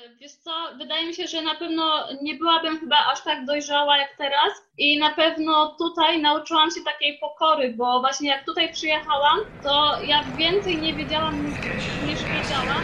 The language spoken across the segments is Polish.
Wiesz co, wydaje mi się, że na pewno nie byłabym chyba aż tak dojrzała jak teraz i na pewno tutaj nauczyłam się takiej pokory, bo właśnie jak tutaj przyjechałam, to ja więcej nie wiedziałam niż wiedziałam.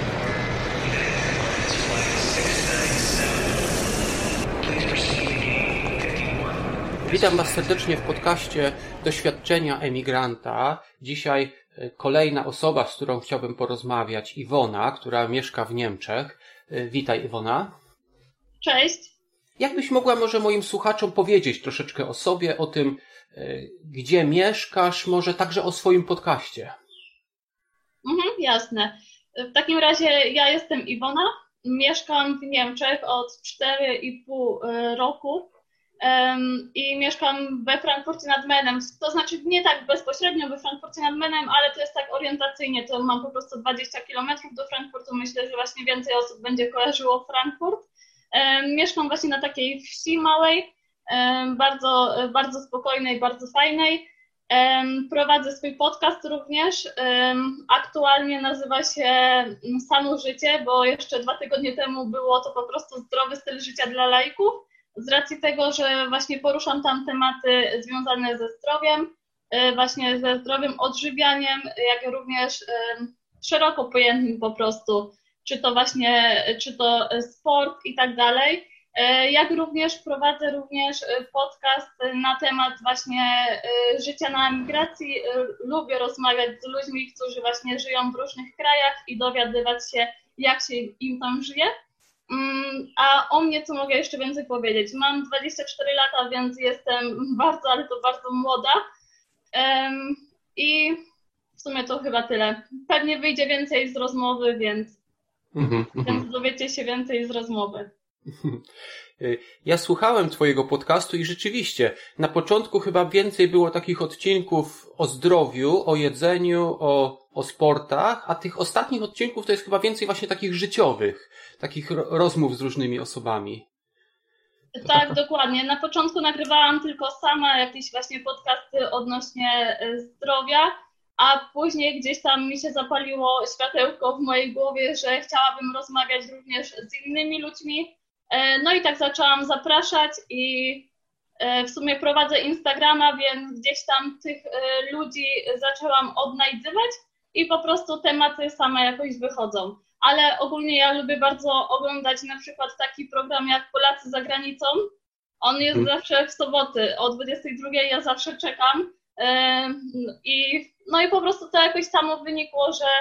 Witam Was serdecznie w podcaście Doświadczenia Emigranta. Dzisiaj kolejna osoba, z którą chciałbym porozmawiać, Iwona, która mieszka w Niemczech. Witaj, Iwona. Cześć. Jakbyś mogła może moim słuchaczom powiedzieć troszeczkę o sobie, o tym, gdzie mieszkasz, może także o swoim podcaście? Jasne. W takim razie ja jestem Iwona, mieszkam w Niemczech od 4,5 roku. I mieszkam we Frankfurcie nad Menem, to znaczy nie tak bezpośrednio we Frankfurcie nad Menem, ale to jest tak orientacyjnie, to mam po prostu 20 km do Frankfurtu, myślę, że właśnie więcej osób będzie kojarzyło Frankfurt. Mieszkam właśnie na takiej wsi małej, bardzo, bardzo spokojnej, bardzo fajnej. Prowadzę swój podcast również, aktualnie nazywa się Samo Życie, bo jeszcze 2 tygodnie temu było to po prostu zdrowy styl życia dla laików. Z racji tego, że właśnie poruszam tam tematy związane ze zdrowiem, właśnie ze zdrowym odżywianiem, jak również szeroko pojętym po prostu, czy to sport i tak dalej. Jak również prowadzę podcast na temat właśnie życia na emigracji. Lubię rozmawiać z ludźmi, którzy właśnie żyją w różnych krajach i dowiadywać się, jak się im tam żyje. A o mnie co mogę jeszcze więcej powiedzieć? Mam 24 lata, więc jestem bardzo, ale to bardzo młoda. I w sumie to chyba tyle. Pewnie wyjdzie więcej z rozmowy, więc dowiecie się więcej z rozmowy. Ja słuchałem Twojego podcastu i rzeczywiście na początku chyba więcej było takich odcinków o zdrowiu, o jedzeniu, o sportach, a tych ostatnich odcinków to jest chyba więcej właśnie takich życiowych, takich rozmów z różnymi osobami. Tak, dokładnie. Na początku nagrywałam tylko sama jakieś właśnie podcasty odnośnie zdrowia, a później gdzieś tam mi się zapaliło światełko w mojej głowie, że chciałabym rozmawiać również z innymi ludźmi. No i tak zaczęłam zapraszać i w sumie prowadzę Instagrama, więc gdzieś tam tych ludzi zaczęłam odnajdywać i po prostu tematy same jakoś wychodzą. Ale ogólnie ja lubię bardzo oglądać na przykład taki program jak Polacy za granicą. On jest zawsze w soboty o 22:00, ja zawsze czekam. I po prostu to jakoś samo wynikło, że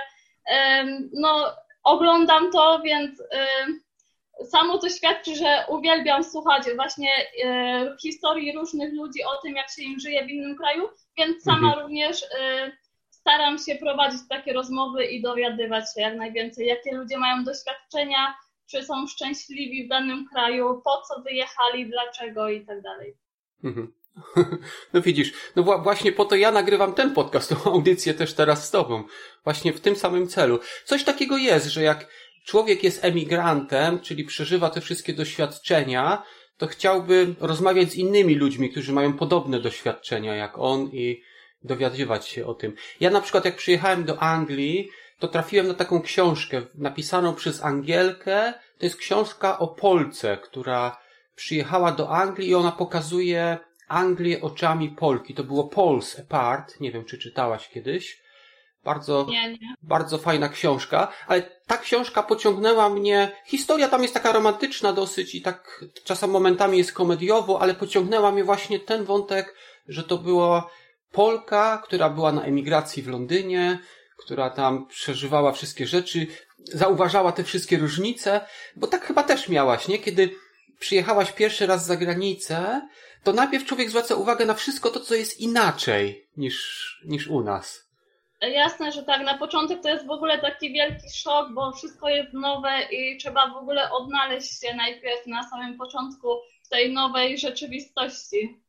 oglądam to, więc samo to świadczy, że uwielbiam słuchać właśnie historii różnych ludzi o tym, jak się im żyje w innym kraju, więc sama również staram się prowadzić takie rozmowy i dowiadywać się jak najwięcej, jakie ludzie mają doświadczenia, czy są szczęśliwi w danym kraju, po co wyjechali, dlaczego i tak dalej. No widzisz, właśnie po to ja nagrywam ten podcast, tą audycję też teraz z Tobą. Właśnie w tym samym celu. Coś takiego jest, że jak człowiek jest emigrantem, czyli przeżywa te wszystkie doświadczenia, to chciałby rozmawiać z innymi ludźmi, którzy mają podobne doświadczenia jak on i dowiadywać się o tym. Ja na przykład jak przyjechałem do Anglii, to trafiłem na taką książkę napisaną przez Angielkę. To jest książka o Polce, która przyjechała do Anglii i ona pokazuje Anglię oczami Polki. To było Poles Apart. Nie wiem, czy czytałaś kiedyś. Bardzo fajna książka, ale ta książka pociągnęła mnie. Historia tam jest taka romantyczna dosyć i tak czasem momentami jest komediowo, ale pociągnęła mnie właśnie ten wątek, że to była Polka, która była na emigracji w Londynie, która tam przeżywała wszystkie rzeczy, zauważała te wszystkie różnice, bo tak chyba też miałaś, nie? Kiedy przyjechałaś pierwszy raz za granicę, to najpierw człowiek zwraca uwagę na wszystko to, co jest inaczej niż u nas. Jasne, że tak. Na początek to jest w ogóle taki wielki szok, bo wszystko jest nowe i trzeba w ogóle odnaleźć się najpierw na samym początku w tej nowej rzeczywistości.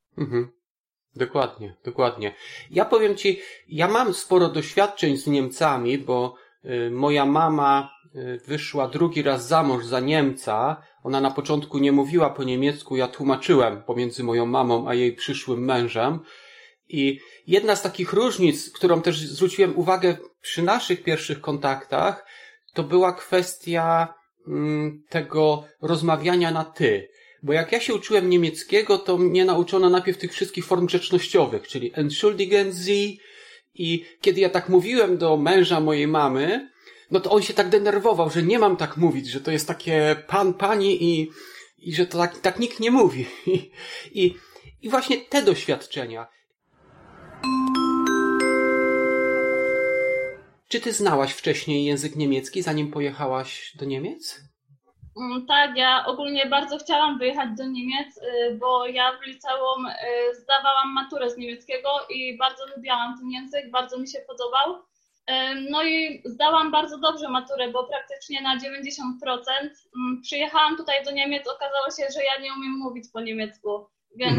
Dokładnie. Ja powiem Ci, ja mam sporo doświadczeń z Niemcami, bo moja mama wyszła drugi raz za mąż za Niemca. Ona na początku nie mówiła po niemiecku, ja tłumaczyłem pomiędzy moją mamą a jej przyszłym mężem. I jedna z takich różnic, którą też zwróciłem uwagę przy naszych pierwszych kontaktach, to była kwestia tego rozmawiania na ty. Bo jak ja się uczyłem niemieckiego, to mnie nauczono najpierw tych wszystkich form grzecznościowych, czyli entschuldigen Sie. I kiedy ja tak mówiłem do męża mojej mamy, no to on się tak denerwował, że nie mam tak mówić, że to jest takie pan, pani i że to tak nikt nie mówi. I właśnie te doświadczenia. Czy ty znałaś wcześniej język niemiecki, zanim pojechałaś do Niemiec? Tak, ja ogólnie bardzo chciałam wyjechać do Niemiec, bo ja w liceum zdawałam maturę z niemieckiego i bardzo lubiłam ten język, bardzo mi się podobał. No i zdałam bardzo dobrze maturę, bo praktycznie na 90%. Przyjechałam tutaj do Niemiec, okazało się, że ja nie umiem mówić po niemiecku, więc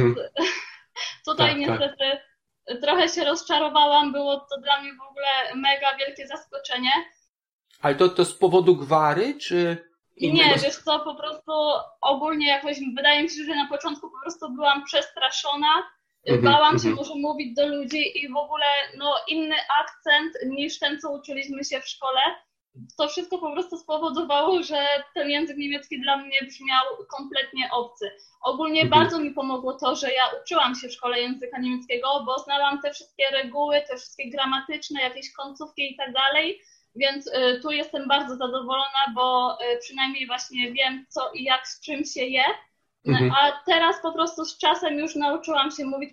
tutaj niestety trochę się rozczarowałam, było to dla mnie w ogóle mega wielkie zaskoczenie. Ale to z powodu gwary, czy innego? Nie, wiesz co, po prostu ogólnie jakoś wydaje mi się, że na początku po prostu byłam przestraszona, bałam się może mówić do ludzi i w ogóle inny akcent niż ten, co uczyliśmy się w szkole. To wszystko po prostu spowodowało, że ten język niemiecki dla mnie brzmiał kompletnie obcy. Ogólnie bardzo mi pomogło to, że ja uczyłam się w szkole języka niemieckiego, bo znałam te wszystkie reguły, te wszystkie gramatyczne, jakieś końcówki i tak dalej, więc tu jestem bardzo zadowolona, bo przynajmniej właśnie wiem, co i jak z czym się je. A teraz po prostu z czasem już nauczyłam się mówić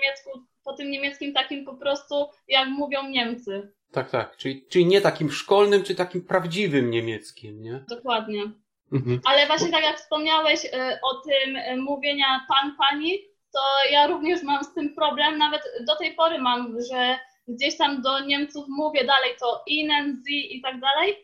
po tym niemieckim takim po prostu, jak mówią Niemcy. Tak. Czyli nie takim szkolnym, czy takim prawdziwym niemieckim, nie? Dokładnie. Ale właśnie tak jak wspomniałeś o tym mówienia pan, pani, to ja również mam z tym problem, nawet do tej pory mam, że gdzieś tam do Niemców mówię dalej to Ihnen, Sie i tak dalej.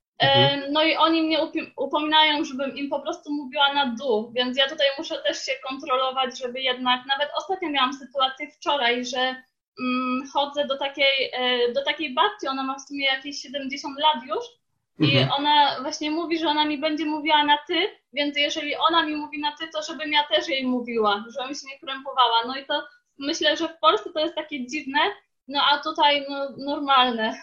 No i oni mnie upominają, żebym im po prostu mówiła na du, więc ja tutaj muszę też się kontrolować, żeby jednak, nawet ostatnio miałam sytuację wczoraj, że chodzę do takiej babci, ona ma w sumie jakieś 70 lat już i ona właśnie mówi, że ona mi będzie mówiła na ty, więc jeżeli ona mi mówi na ty, to żebym ja też jej mówiła, żebym się nie krępowała. No i to myślę, że w Polsce to jest takie dziwne, no a tutaj normalne.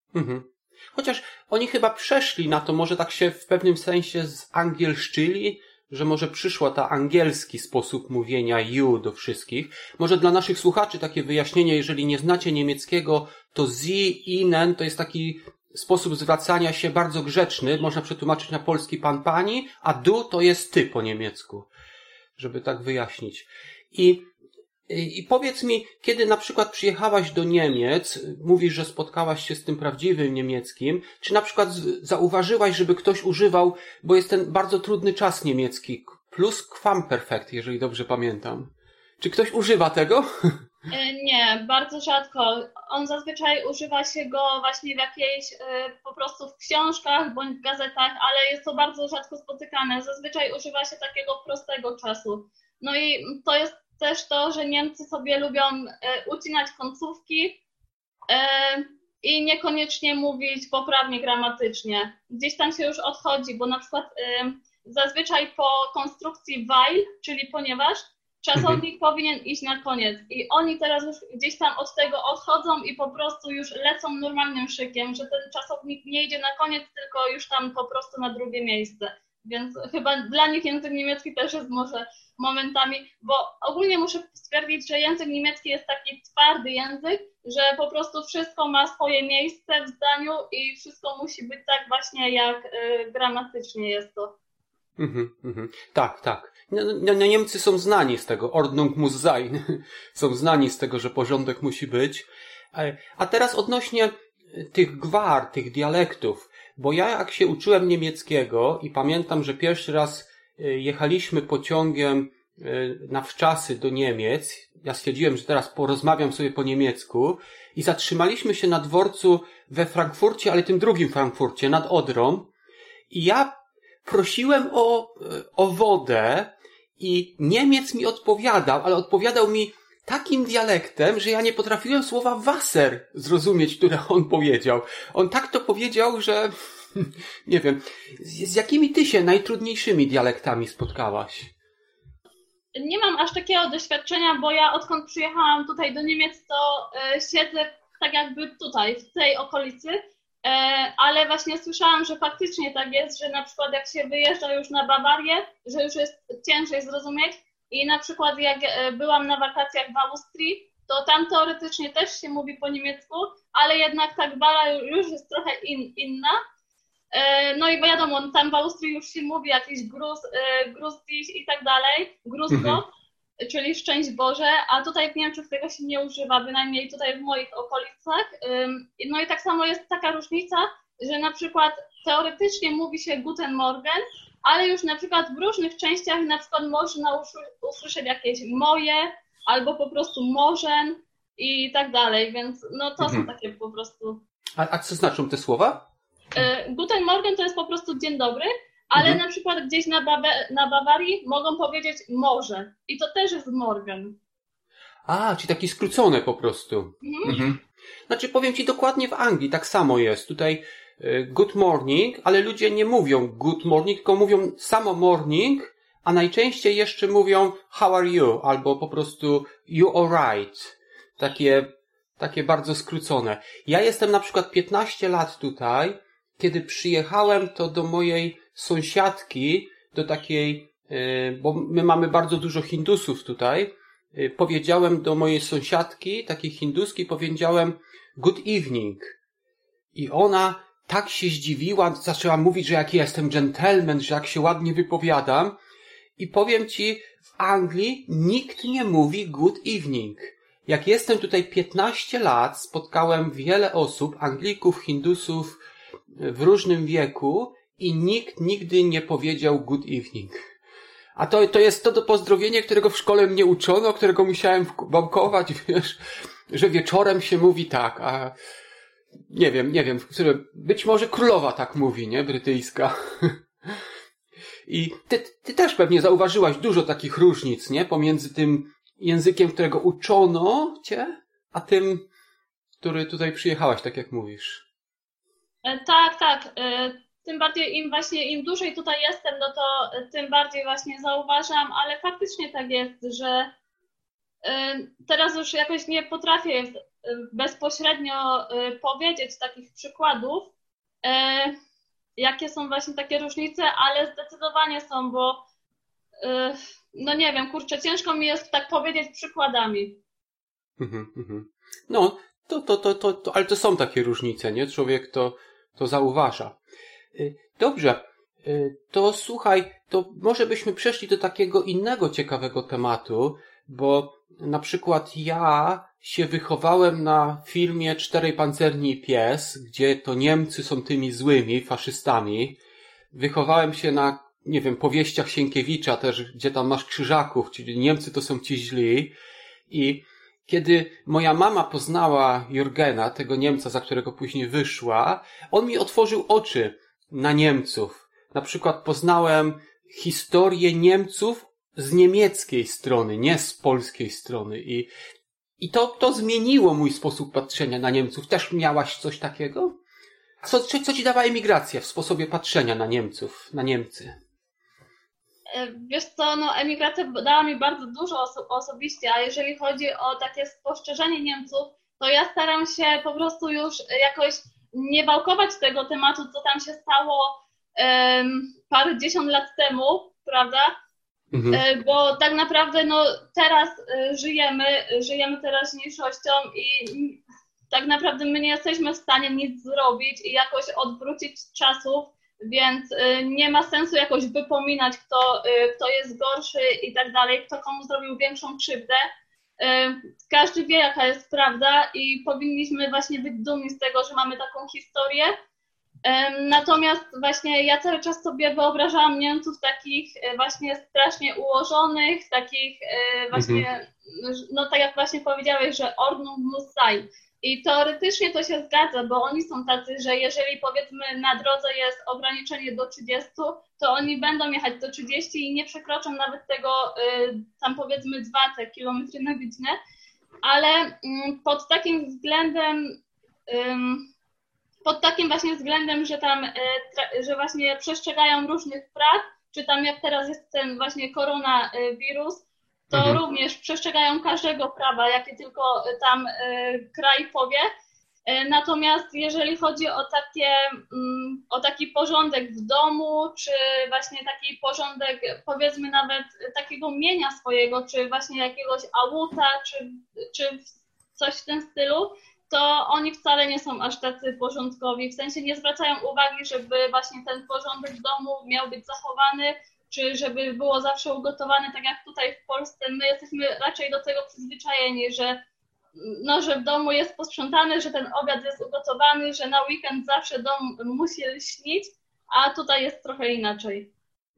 Chociaż oni chyba przeszli na to, może tak się w pewnym sensie zangielszczyli, że może przyszła ta angielski sposób mówienia you do wszystkich. Może dla naszych słuchaczy takie wyjaśnienie, jeżeli nie znacie niemieckiego, to Sie, Ihnen to jest taki sposób zwracania się bardzo grzeczny, można przetłumaczyć na polski pan, pani, a du to jest ty po niemiecku, żeby tak wyjaśnić. I powiedz mi, kiedy na przykład przyjechałaś do Niemiec, mówisz, że spotkałaś się z tym prawdziwym niemieckim, czy na przykład zauważyłaś, żeby ktoś używał, bo jest ten bardzo trudny czas niemiecki, Plusquamperfekt, jeżeli dobrze pamiętam. Czy ktoś używa tego? Nie, bardzo rzadko. On zazwyczaj używa się go właśnie w jakiejś, po prostu w książkach bądź w gazetach, ale jest to bardzo rzadko spotykane. Zazwyczaj używa się takiego prostego czasu. No i to jest też to, że Niemcy sobie lubią ucinać końcówki i niekoniecznie mówić poprawnie gramatycznie. Gdzieś tam się już odchodzi, bo na przykład zazwyczaj po konstrukcji weil, czyli ponieważ, czasownik powinien iść na koniec. I oni teraz już gdzieś tam od tego odchodzą i po prostu już lecą normalnym szykiem, że ten czasownik nie idzie na koniec, tylko już tam po prostu na drugie miejsce. Więc chyba dla nich język niemiecki też jest może momentami, bo ogólnie muszę stwierdzić, że język niemiecki jest taki twardy język, że po prostu wszystko ma swoje miejsce w zdaniu i wszystko musi być tak właśnie, jak gramatycznie jest to. Tak. No, Niemcy są znani z tego, Ordnung muss sein. Są znani z tego, że porządek musi być. A teraz odnośnie tych gwar, tych dialektów, bo ja jak się uczyłem niemieckiego i pamiętam, że pierwszy raz jechaliśmy pociągiem na wczasy do Niemiec, ja stwierdziłem, że teraz porozmawiam sobie po niemiecku i zatrzymaliśmy się na dworcu we Frankfurcie, ale tym drugim Frankfurcie, nad Odrą i ja prosiłem o wodę i Niemiec mi odpowiadał, ale odpowiadał mi takim dialektem, że ja nie potrafiłem słowa Wasser zrozumieć, które on powiedział. On tak to powiedział, że nie wiem. Z jakimi ty się najtrudniejszymi dialektami spotkałaś? Nie mam aż takiego doświadczenia, bo ja odkąd przyjechałam tutaj do Niemiec, to siedzę tak jakby tutaj, w tej okolicy ale właśnie słyszałam, że faktycznie tak jest, że na przykład jak się wyjeżdża już na Bawarię, że już jest ciężej zrozumieć i na przykład jak byłam na wakacjach w Austrii, to tam teoretycznie też się mówi po niemiecku, ale jednak ta gwara już jest trochę inna. No i wiadomo, tam w Austrii już się mówi jakiś gruz dich i tak dalej, gruzko, czyli szczęść Boże, a tutaj w Niemczech tego się nie używa, bynajmniej tutaj w moich okolicach. No i tak samo jest taka różnica, że na przykład teoretycznie mówi się Guten Morgen, ale już na przykład w różnych częściach na przykład można usłyszeć jakieś moje albo po prostu morzem i tak dalej, więc no to są takie po prostu. A co znaczą te słowa? Guten Morgen to jest po prostu dzień dobry, ale na przykład gdzieś na Bawarii mogą powiedzieć morze i to też jest Morgen. Czyli taki skrócone po prostu. Znaczy powiem Ci dokładnie w Anglii tak samo jest. Tutaj good morning, ale ludzie nie mówią good morning, tylko mówią samo morning, a najczęściej jeszcze mówią how are you albo po prostu you alright. Takie bardzo skrócone. Ja jestem na przykład 15 lat tutaj. Kiedy przyjechałem, to do mojej sąsiadki, do takiej, bo my mamy bardzo dużo Hindusów tutaj, powiedziałem do mojej sąsiadki, takiej hinduskiej, powiedziałem good evening. I ona tak się zdziwiła, zaczęła mówić, że jaki jestem gentleman, że jak się ładnie wypowiadam. I powiem Ci, w Anglii nikt nie mówi good evening. Jak jestem tutaj 15 lat, spotkałem wiele osób, Anglików, Hindusów, w różnym wieku i nikt nigdy nie powiedział good evening. A to jest to pozdrowienie, którego w szkole mnie uczono, którego musiałem wałkować, wiesz, że wieczorem się mówi tak, a nie wiem, być może królowa tak mówi, nie, brytyjska. I ty też pewnie zauważyłaś dużo takich różnic, nie, pomiędzy tym językiem, którego uczono cię, a tym, który tutaj przyjechałaś, tak jak mówisz. Tak. Tym bardziej im dłużej tutaj jestem, no to tym bardziej właśnie zauważam, ale faktycznie tak jest, że teraz już jakoś nie potrafię bezpośrednio powiedzieć takich przykładów, jakie są właśnie takie różnice, ale zdecydowanie są, bo no nie wiem, kurczę, ciężko mi jest tak powiedzieć przykładami. No, ale to są takie różnice, nie? Człowiek to zauważa. Dobrze, to słuchaj, to może byśmy przeszli do takiego innego ciekawego tematu, bo na przykład ja się wychowałem na filmie Czterej pancerni i pies, gdzie to Niemcy są tymi złymi faszystami. Wychowałem się na, nie wiem, powieściach Sienkiewicza też, gdzie tam masz krzyżaków, czyli Niemcy to są ci źli. I kiedy moja mama poznała Jurgena, tego Niemca, za którego później wyszła, on mi otworzył oczy na Niemców. Na przykład poznałem historię Niemców z niemieckiej strony, nie z polskiej strony. I to zmieniło mój sposób patrzenia na Niemców. Też miałaś coś takiego? Co ci dała emigracja w sposobie patrzenia na Niemców, na Niemcy? Wiesz co, no emigracja dała mi bardzo dużo osobiście, a jeżeli chodzi o takie spostrzeżenie Niemców, to ja staram się po prostu już jakoś nie wałkować tego tematu, co tam się stało parędziesiąt lat temu, prawda? Bo tak naprawdę no teraz żyjemy teraźniejszością i tak naprawdę my nie jesteśmy w stanie nic zrobić i jakoś odwrócić czasów, więc nie ma sensu jakoś wypominać, kto jest gorszy i tak dalej, kto komu zrobił większą krzywdę. Każdy wie, jaka jest prawda i powinniśmy właśnie być dumni z tego, że mamy taką historię. Natomiast właśnie ja cały czas sobie wyobrażałam Niemców takich właśnie strasznie ułożonych, takich właśnie, no tak jak właśnie powiedziałeś, że Ordnung muss sein. I teoretycznie to się zgadza, bo oni są tacy, że jeżeli powiedzmy na drodze jest ograniczenie do 30, to oni będą jechać do 30 i nie przekroczą nawet tego tam powiedzmy 2 km na godzinę, ale pod takim właśnie względem, że tam, że właśnie przestrzegają różnych praw, czy tam jak teraz jest ten właśnie koronawirus, to również przestrzegają każdego prawa, jakie tylko tam kraj powie. Natomiast jeżeli chodzi o taki porządek w domu, czy właśnie taki porządek, powiedzmy nawet takiego mienia swojego, czy właśnie jakiegoś auta, czy coś w tym stylu, to oni wcale nie są aż tacy porządkowi. W sensie nie zwracają uwagi, żeby właśnie ten porządek w domu miał być zachowany, czy żeby było zawsze ugotowane, tak jak tutaj w Polsce. My jesteśmy raczej do tego przyzwyczajeni, że w domu jest posprzątane, że ten obiad jest ugotowany, że na weekend zawsze dom musi lśnić, a tutaj jest trochę inaczej.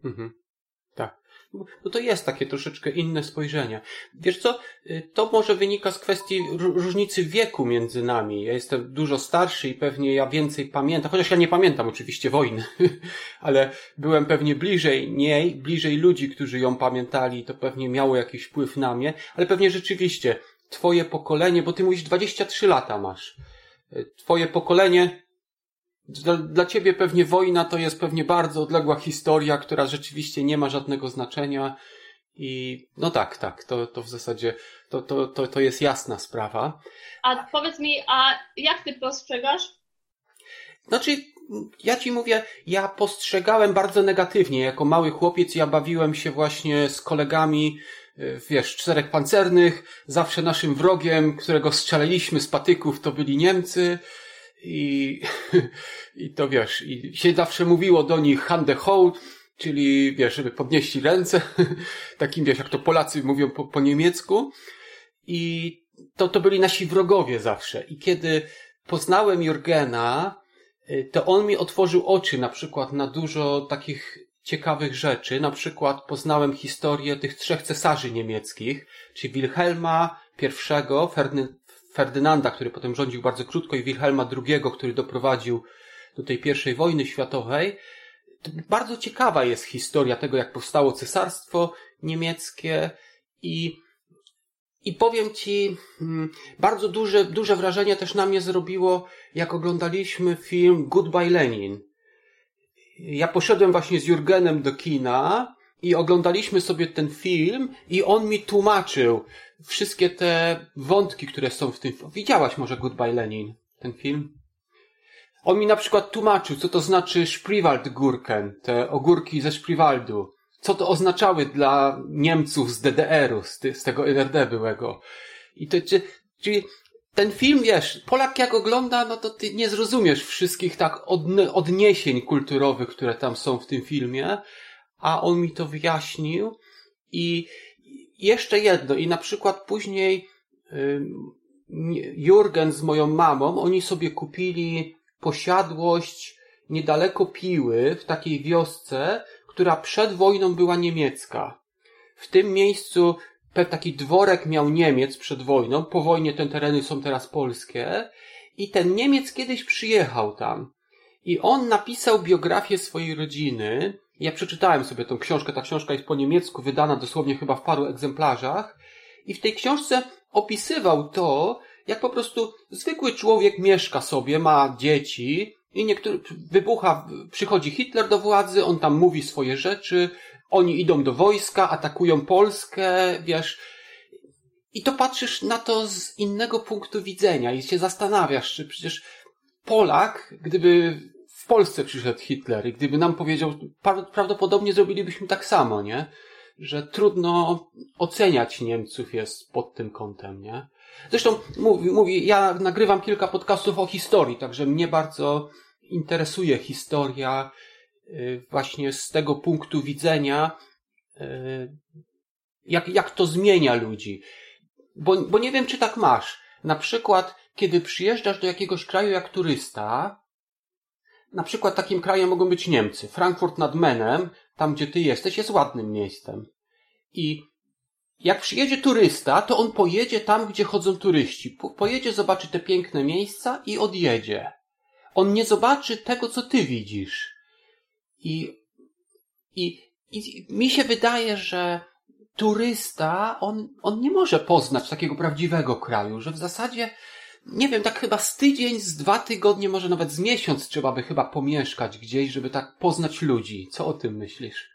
Tak. No to jest takie troszeczkę inne spojrzenie. Wiesz co, to może wynika z kwestii różnicy wieku między nami. Ja jestem dużo starszy i pewnie ja więcej pamiętam, chociaż ja nie pamiętam oczywiście wojny, ale byłem pewnie bliżej ludzi, którzy ją pamiętali, to pewnie miało jakiś wpływ na mnie, ale pewnie rzeczywiście twoje pokolenie, bo ty mówisz 23 lata masz. Twoje pokolenie, dla ciebie pewnie wojna to jest pewnie bardzo odległa historia, która rzeczywiście nie ma żadnego znaczenia i no tak, to w zasadzie to jest jasna sprawa. A powiedz mi, a jak ty postrzegasz? Znaczy, ja ci mówię, ja postrzegałem bardzo negatywnie. Jako mały chłopiec ja bawiłem się właśnie z kolegami, wiesz, 4 pancernych. Zawsze naszym wrogiem, którego strzelaliśmy z patyków, to byli Niemcy. I to wiesz, i się zawsze mówiło do nich Hande hoch, czyli wiesz, żeby podnieśli ręce. Takim wiesz, jak to Polacy mówią po niemiecku. I to byli nasi wrogowie zawsze. I kiedy poznałem Jurgena, to on mi otworzył oczy na przykład na dużo takich ciekawych rzeczy. Na przykład poznałem historię tych 3 cesarzy niemieckich, czyli Wilhelma I, Ferdynanda, który potem rządził bardzo krótko, i Wilhelma II, który doprowadził do tej I wojny światowej. To bardzo ciekawa jest historia tego, jak powstało cesarstwo niemieckie i powiem ci, bardzo duże wrażenie też na mnie zrobiło, jak oglądaliśmy film Goodbye Lenin. Ja poszedłem właśnie z Jurgenem do kina i oglądaliśmy sobie ten film i on mi tłumaczył wszystkie te wątki, które są w tym. Widziałaś może Goodbye Lenin, ten film? On mi na przykład tłumaczył, co to znaczy Spriwaldgurken, te ogórki ze Spriwaldu. Co to oznaczały dla Niemców z DDR-u, z tego NRD byłego. I to, czyli ten film, wiesz, Polak jak ogląda, no to ty nie zrozumiesz wszystkich tak odniesień kulturowych, które tam są w tym filmie, a on mi to wyjaśnił. I jeszcze jedno, i na przykład później Jurgen z moją mamą, oni sobie kupili posiadłość niedaleko Piły, w takiej wiosce, która przed wojną była niemiecka. W tym miejscu taki dworek miał Niemiec przed wojną, po wojnie te tereny są teraz polskie i ten Niemiec kiedyś przyjechał tam i on napisał biografię swojej rodziny. Ja przeczytałem sobie tą książkę, ta książka jest po niemiecku, wydana dosłownie chyba w paru egzemplarzach i w tej książce opisywał to, jak po prostu zwykły człowiek mieszka sobie, ma dzieci i przychodzi Hitler do władzy, on tam mówi swoje rzeczy, oni idą do wojska, atakują Polskę, wiesz. I to patrzysz na to z innego punktu widzenia i się zastanawiasz, czy przecież Polak, gdyby w Polsce przyszedł Hitler i gdyby nam powiedział, prawdopodobnie zrobilibyśmy tak samo, nie? Że trudno oceniać Niemców jest pod tym kątem, nie? Zresztą ja nagrywam kilka podcastów o historii, także mnie bardzo interesuje historia właśnie z tego punktu widzenia, jak to zmienia ludzi. Bo nie wiem, czy tak masz. Na przykład, kiedy przyjeżdżasz do jakiegoś kraju jak turysta, na przykład takim krajem mogą być Niemcy. Frankfurt nad Menem, tam gdzie ty jesteś, jest ładnym miejscem. I jak przyjedzie turysta, to on pojedzie tam, gdzie chodzą turyści. Pojedzie, zobaczy te piękne miejsca i odjedzie. On nie zobaczy tego, co ty widzisz. I mi się wydaje, że turysta, on nie może poznać takiego prawdziwego kraju, że w zasadzie, nie wiem, tak chyba z tydzień, z 2 tygodnie, może nawet z miesiąc trzeba by chyba pomieszkać gdzieś, żeby tak poznać ludzi. Co o tym myślisz?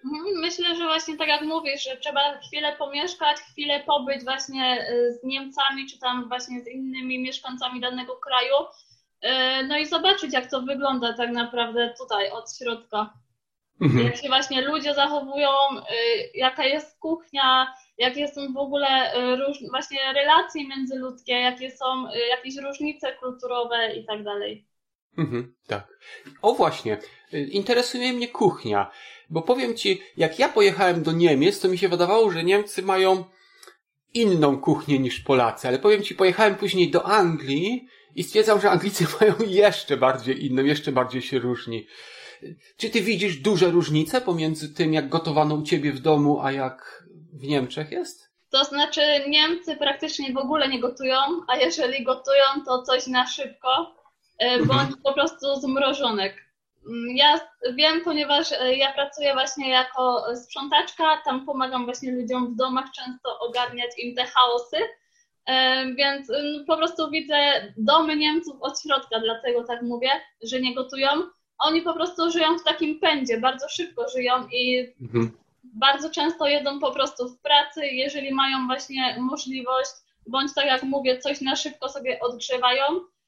Myślę, że właśnie tak jak mówisz, że trzeba chwilę pomieszkać, chwilę pobyć właśnie z Niemcami, czy tam właśnie z innymi mieszkańcami danego kraju, no i zobaczyć, jak to wygląda tak naprawdę tutaj od środka. Jak się właśnie ludzie zachowują, jaka jest kuchnia, jakie są w ogóle właśnie relacje międzyludzkie, jakie są jakieś różnice kulturowe i tak dalej. Tak. O właśnie, interesuje mnie kuchnia, bo powiem Ci, jak ja pojechałem do Niemiec, to mi się wydawało, że Niemcy mają inną kuchnię niż Polacy, ale powiem Ci, pojechałem później do Anglii i stwierdzam, że Anglicy mają jeszcze bardziej inną, jeszcze bardziej się różni. Czy Ty widzisz duże różnice pomiędzy tym, jak gotowano u Ciebie w domu, a jak w Niemczech jest? To znaczy Niemcy praktycznie w ogóle nie gotują, a jeżeli gotują, to coś na szybko, bądź po prostu z mrożonek. Ja wiem, ponieważ ja pracuję właśnie jako sprzątaczka, tam pomagam właśnie ludziom w domach często ogarniać im te chaosy, więc po prostu widzę domy Niemców od środka, dlatego tak mówię, że nie gotują. Oni po prostu żyją w takim pędzie, bardzo szybko żyją i bardzo często jedzą po prostu w pracy, jeżeli mają właśnie możliwość, bądź tak jak mówię, coś na szybko sobie odgrzewają.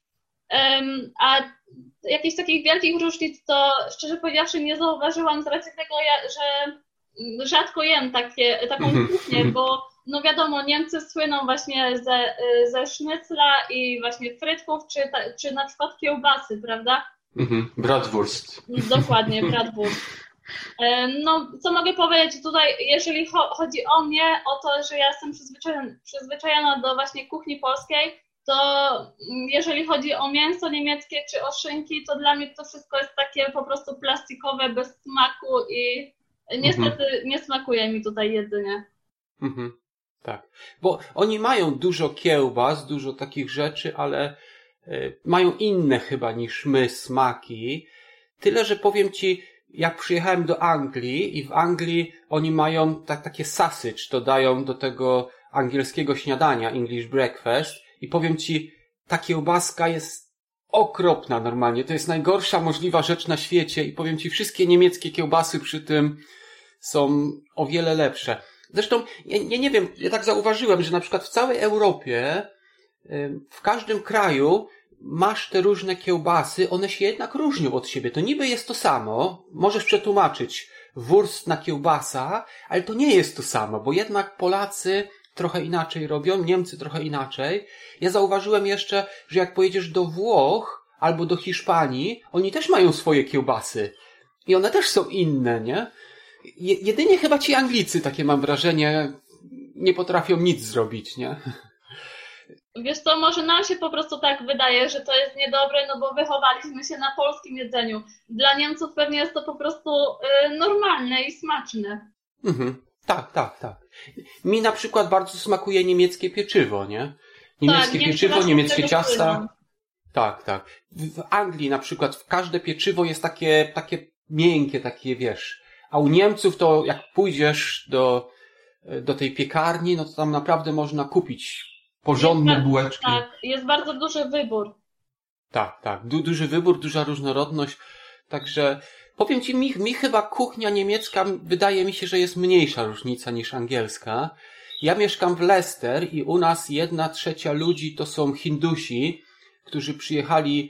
A jakichś takich wielkich różnic to szczerze powiedziawszy nie zauważyłam z racji tego, że rzadko jem taką kuchnię, bo no wiadomo, Niemcy słyną właśnie ze sznycla i właśnie frytków, czy na przykład kiełbasy, prawda? Bratwurst. Dokładnie, bratwurst. No, co mogę powiedzieć tutaj, jeżeli chodzi o mnie, o to, że ja jestem przyzwyczajona do właśnie kuchni polskiej, to jeżeli chodzi o mięso niemieckie czy o szynki, to dla mnie to wszystko jest takie po prostu plastikowe, bez smaku i niestety nie smakuje mi tutaj jedzenie. Tak, bo oni mają dużo kiełbas, dużo takich rzeczy, ale mają inne chyba niż my smaki. Tyle, że powiem Ci, jak przyjechałem do Anglii i w Anglii oni mają takie sausage, to dają do tego angielskiego śniadania, English breakfast, i powiem Ci, ta kiełbaska jest okropna normalnie. To jest najgorsza możliwa rzecz na świecie i powiem Ci, wszystkie niemieckie kiełbasy przy tym są o wiele lepsze. Zresztą, ja nie wiem, ja tak zauważyłem, że na przykład w całej Europie, w każdym kraju masz te różne kiełbasy, one się jednak różnią od siebie. To niby jest to samo, możesz przetłumaczyć wurst na kiełbasa, ale to nie jest to samo, bo jednak Polacy trochę inaczej robią, Niemcy trochę inaczej. Ja zauważyłem jeszcze, że jak pojedziesz do Włoch albo do Hiszpanii, oni też mają swoje kiełbasy. I one też są inne, nie? Jedynie chyba ci Anglicy, takie mam wrażenie, nie potrafią nic zrobić, nie? Wiesz co, może nam się po prostu tak wydaje, że to jest niedobre, no bo wychowaliśmy się na polskim jedzeniu. Dla Niemców pewnie jest to po prostu normalne i smaczne. Tak. Mi na przykład bardzo smakuje niemieckie pieczywo, nie? Niemieckie pieczywo, niemieckie ciasta. Tak. W Anglii na przykład każde pieczywo jest takie miękkie, takie wiesz. A u Niemców to jak pójdziesz do tej piekarni, no to tam naprawdę można kupić porządne bułeczki. Tak, jest bardzo duży wybór. Tak. Duży wybór, duża różnorodność. Także powiem Ci, mi chyba kuchnia niemiecka wydaje mi się, że jest mniejsza różnica niż angielska. Ja mieszkam w Leicester i u nas 1/3 ludzi to są Hindusi, którzy przyjechali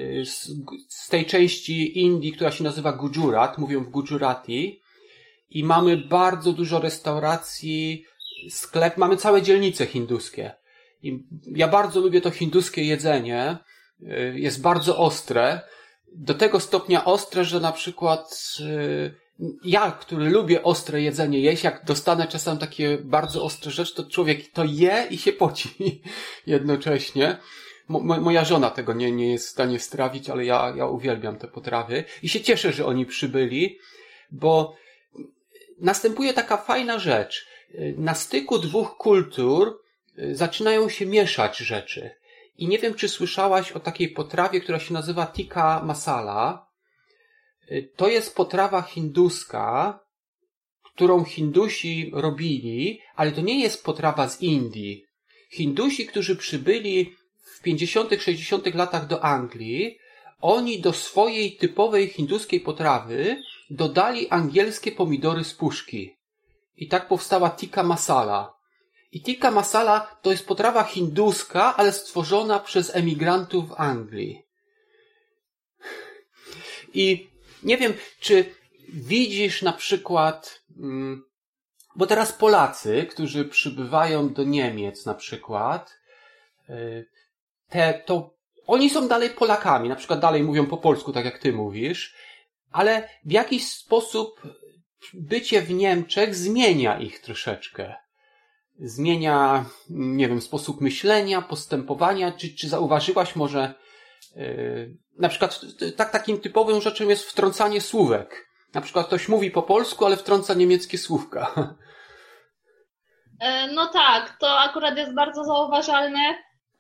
z tej części Indii, która się nazywa Gujarat, mówią w Gujarati, i mamy bardzo dużo restauracji, sklep, mamy całe dzielnice hinduskie. I ja bardzo lubię to hinduskie jedzenie, jest bardzo ostre, do tego stopnia ostre, że na przykład ja, który lubię ostre jedzenie jeść, jak dostanę czasem takie bardzo ostre rzeczy, to człowiek to je i się poci jednocześnie. Moja żona tego nie jest w stanie strawić, ale ja uwielbiam te potrawy i się cieszę, że oni przybyli, bo następuje taka fajna rzecz. Na styku dwóch kultur zaczynają się mieszać rzeczy. I nie wiem, czy słyszałaś o takiej potrawie, która się nazywa tikka masala. To jest potrawa hinduska, którą Hindusi robili, ale to nie jest potrawa z Indii. Hindusi, którzy przybyli w 50., 60. latach do Anglii, oni do swojej typowej hinduskiej potrawy dodali angielskie pomidory z puszki. I tak powstała tikka masala. I tikka masala to jest potrawa hinduska, ale stworzona przez emigrantów w Anglii. I nie wiem, czy widzisz na przykład, bo teraz Polacy, którzy przybywają do Niemiec na przykład, oni są dalej Polakami, na przykład dalej mówią po polsku, tak jak ty mówisz, ale w jakiś sposób bycie w Niemczech zmienia ich troszeczkę. Zmienia, nie wiem, sposób myślenia, postępowania. Czy zauważyłaś może, na przykład takim typową rzeczą jest wtrącanie słówek. Na przykład ktoś mówi po polsku, ale wtrąca niemieckie słówka. No tak, to akurat jest bardzo zauważalne.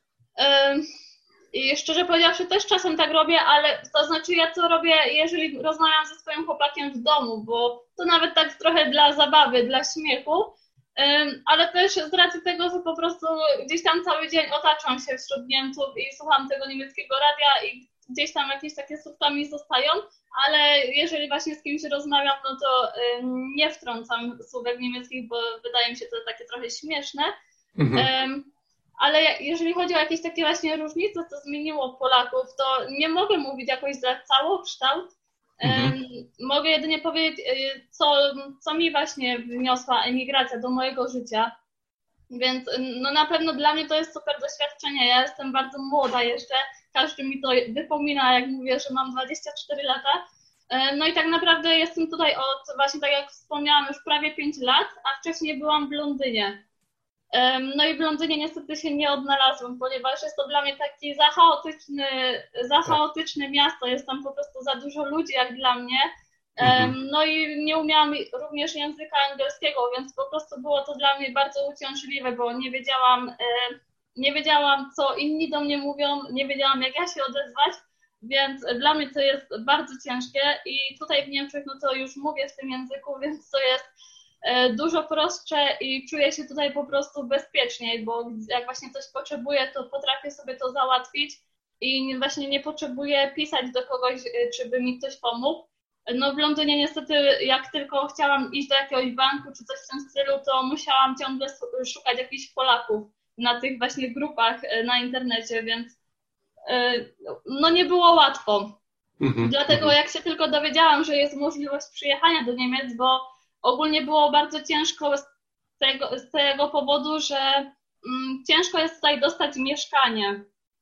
I szczerze powiedziawszy też czasem tak robię, ale to znaczy ja to robię, jeżeli rozmawiam ze swoim chłopakiem w domu, bo to nawet tak trochę dla zabawy, dla śmiechu, ale też z racji tego, że po prostu gdzieś tam cały dzień otaczam się wśród Niemców i słucham tego niemieckiego radia i gdzieś tam jakieś takie słówka mi zostają, ale jeżeli właśnie z kimś rozmawiam, no to nie wtrącam słówek niemieckich, bo wydaje mi się to takie trochę śmieszne. Ale jeżeli chodzi o jakieś takie właśnie różnice, co zmieniło Polaków, to nie mogę mówić jakoś za całokształt. Mogę jedynie powiedzieć, co mi właśnie wniosła emigracja do mojego życia. Więc no na pewno dla mnie to jest super doświadczenie. Ja jestem bardzo młoda jeszcze. Każdy mi to wypomina, jak mówię, że mam 24 lata. No i tak naprawdę jestem tutaj od, właśnie tak jak wspomniałam, już prawie 5 lat, a wcześniej byłam w Londynie. No i w Londynie niestety się nie odnalazłam, ponieważ jest to dla mnie taki za chaotyczne miasto, jest tam po prostu za dużo ludzi jak dla mnie. No i nie umiałam również języka angielskiego, więc po prostu było to dla mnie bardzo uciążliwe, bo nie wiedziałam, co inni do mnie mówią, nie wiedziałam, jak ja się odezwać, więc dla mnie to jest bardzo ciężkie i tutaj w Niemczech, no to już mówię w tym języku, więc to jest dużo prostsze i czuję się tutaj po prostu bezpieczniej, bo jak właśnie coś potrzebuję, to potrafię sobie to załatwić i właśnie nie potrzebuję pisać do kogoś, czy by mi ktoś pomógł. No w Londynie niestety, jak tylko chciałam iść do jakiegoś banku czy coś w tym stylu, to musiałam ciągle szukać jakichś Polaków na tych właśnie grupach na internecie, więc no nie było łatwo. Dlatego jak się tylko dowiedziałam, że jest możliwość przyjechania do Niemiec, bo ogólnie było bardzo ciężko z tego powodu, że ciężko jest tutaj dostać mieszkanie.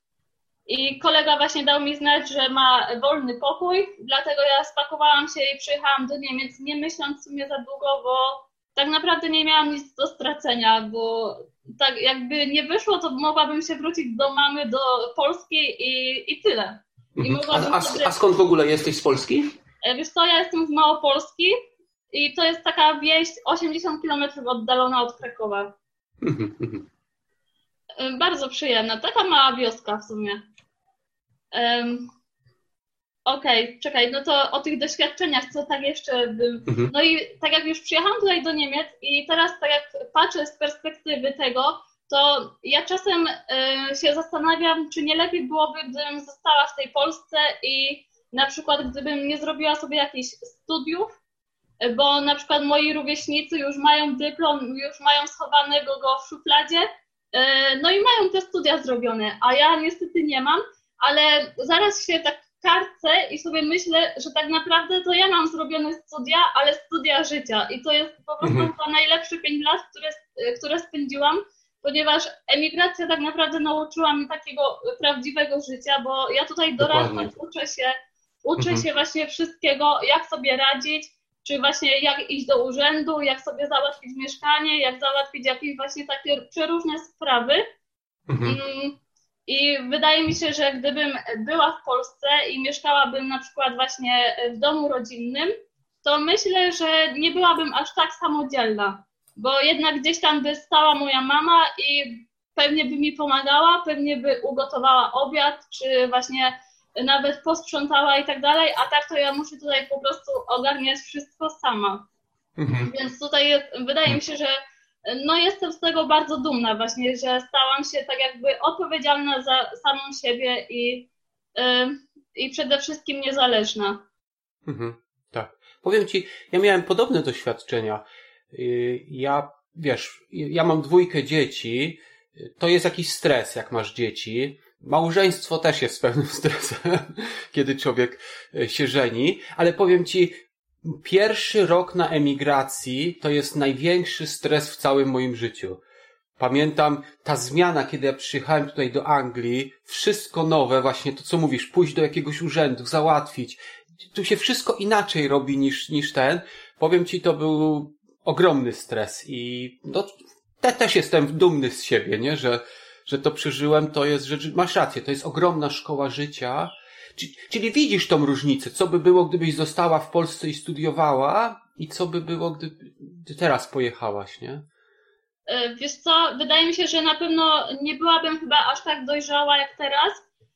I kolega właśnie dał mi znać, że ma wolny pokój, dlatego ja spakowałam się i przyjechałam do Niemiec, nie myśląc w sumie za długo, bo tak naprawdę nie miałam nic do stracenia, bo tak jakby nie wyszło, to mogłabym się wrócić do mamy, do Polski i tyle. I a skąd w ogóle jesteś z Polski? Wiesz co, ja jestem z Małopolski. I to jest taka wieś 80 km oddalona od Krakowa. Bardzo przyjemna. Taka mała wioska w sumie. Okej, czekaj, no to o tych doświadczeniach, co tak jeszcze bym... No i tak jak już przyjechałam tutaj do Niemiec i teraz tak jak patrzę z perspektywy tego, to ja czasem się zastanawiam, czy nie lepiej byłoby, gdybym została w tej Polsce i na przykład gdybym nie zrobiła sobie jakichś studiów, bo na przykład moi rówieśnicy już mają dyplom, już mają schowanego go w szufladzie, no i mają te studia zrobione, a ja niestety nie mam, ale zaraz się tak karcę i sobie myślę, że tak naprawdę to ja mam zrobione studia, ale studia życia i to jest po prostu chyba najlepsze 5 lat, które spędziłam, ponieważ emigracja tak naprawdę nauczyła mnie takiego prawdziwego życia, bo ja tutaj doradzam, uczę się właśnie wszystkiego, jak sobie radzić, czy właśnie jak iść do urzędu, jak sobie załatwić mieszkanie, jak załatwić jakieś właśnie takie przeróżne sprawy. I wydaje mi się, że gdybym była w Polsce i mieszkałabym na przykład właśnie w domu rodzinnym, to myślę, że nie byłabym aż tak samodzielna, bo jednak gdzieś tam by stała moja mama i pewnie by mi pomagała, pewnie by ugotowała obiad, czy właśnie nawet posprzątała i tak dalej, a tak to ja muszę tutaj po prostu ogarniać wszystko sama. Więc tutaj wydaje mi się, że no jestem z tego bardzo dumna właśnie, że stałam się tak jakby odpowiedzialna za samą siebie i przede wszystkim niezależna. Tak. Powiem ci, ja miałem podobne doświadczenia. Ja mam 2 dzieci. To jest jakiś stres, jak masz dzieci. Małżeństwo też jest pewnym stresem, kiedy człowiek się żeni. Ale powiem ci, pierwszy rok na emigracji to jest największy stres w całym moim życiu. Pamiętam ta zmiana, kiedy ja przyjechałem tutaj do Anglii, wszystko nowe, właśnie to co mówisz, pójść do jakiegoś urzędu, załatwić. Tu się wszystko inaczej robi niż ten. Powiem ci, to był ogromny stres i no, też jestem dumny z siebie, nie? Że to przeżyłem, to jest, że masz rację, to jest ogromna szkoła życia. Czyli widzisz tą różnicę, co by było, gdybyś została w Polsce i studiowała i co by było, gdy teraz pojechałaś, nie? Wiesz co, wydaje mi się, że na pewno nie byłabym chyba aż tak dojrzała jak teraz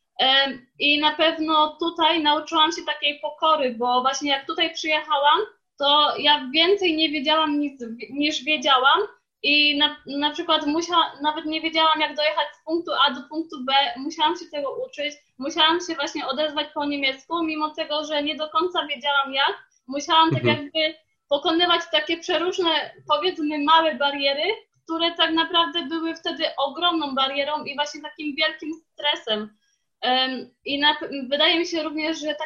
i na pewno tutaj nauczyłam się takiej pokory, bo właśnie jak tutaj przyjechałam, to ja więcej nie wiedziałam niż wiedziałam i na przykład nawet nie wiedziałam jak dojechać z punktu A do punktu B, musiałam się tego uczyć, musiałam się właśnie odezwać po niemiecku, mimo tego, że nie do końca wiedziałam jak, musiałam tak jakby pokonywać takie przeróżne, powiedzmy małe bariery, które tak naprawdę były wtedy ogromną barierą i właśnie takim wielkim stresem. I wydaje mi się również, że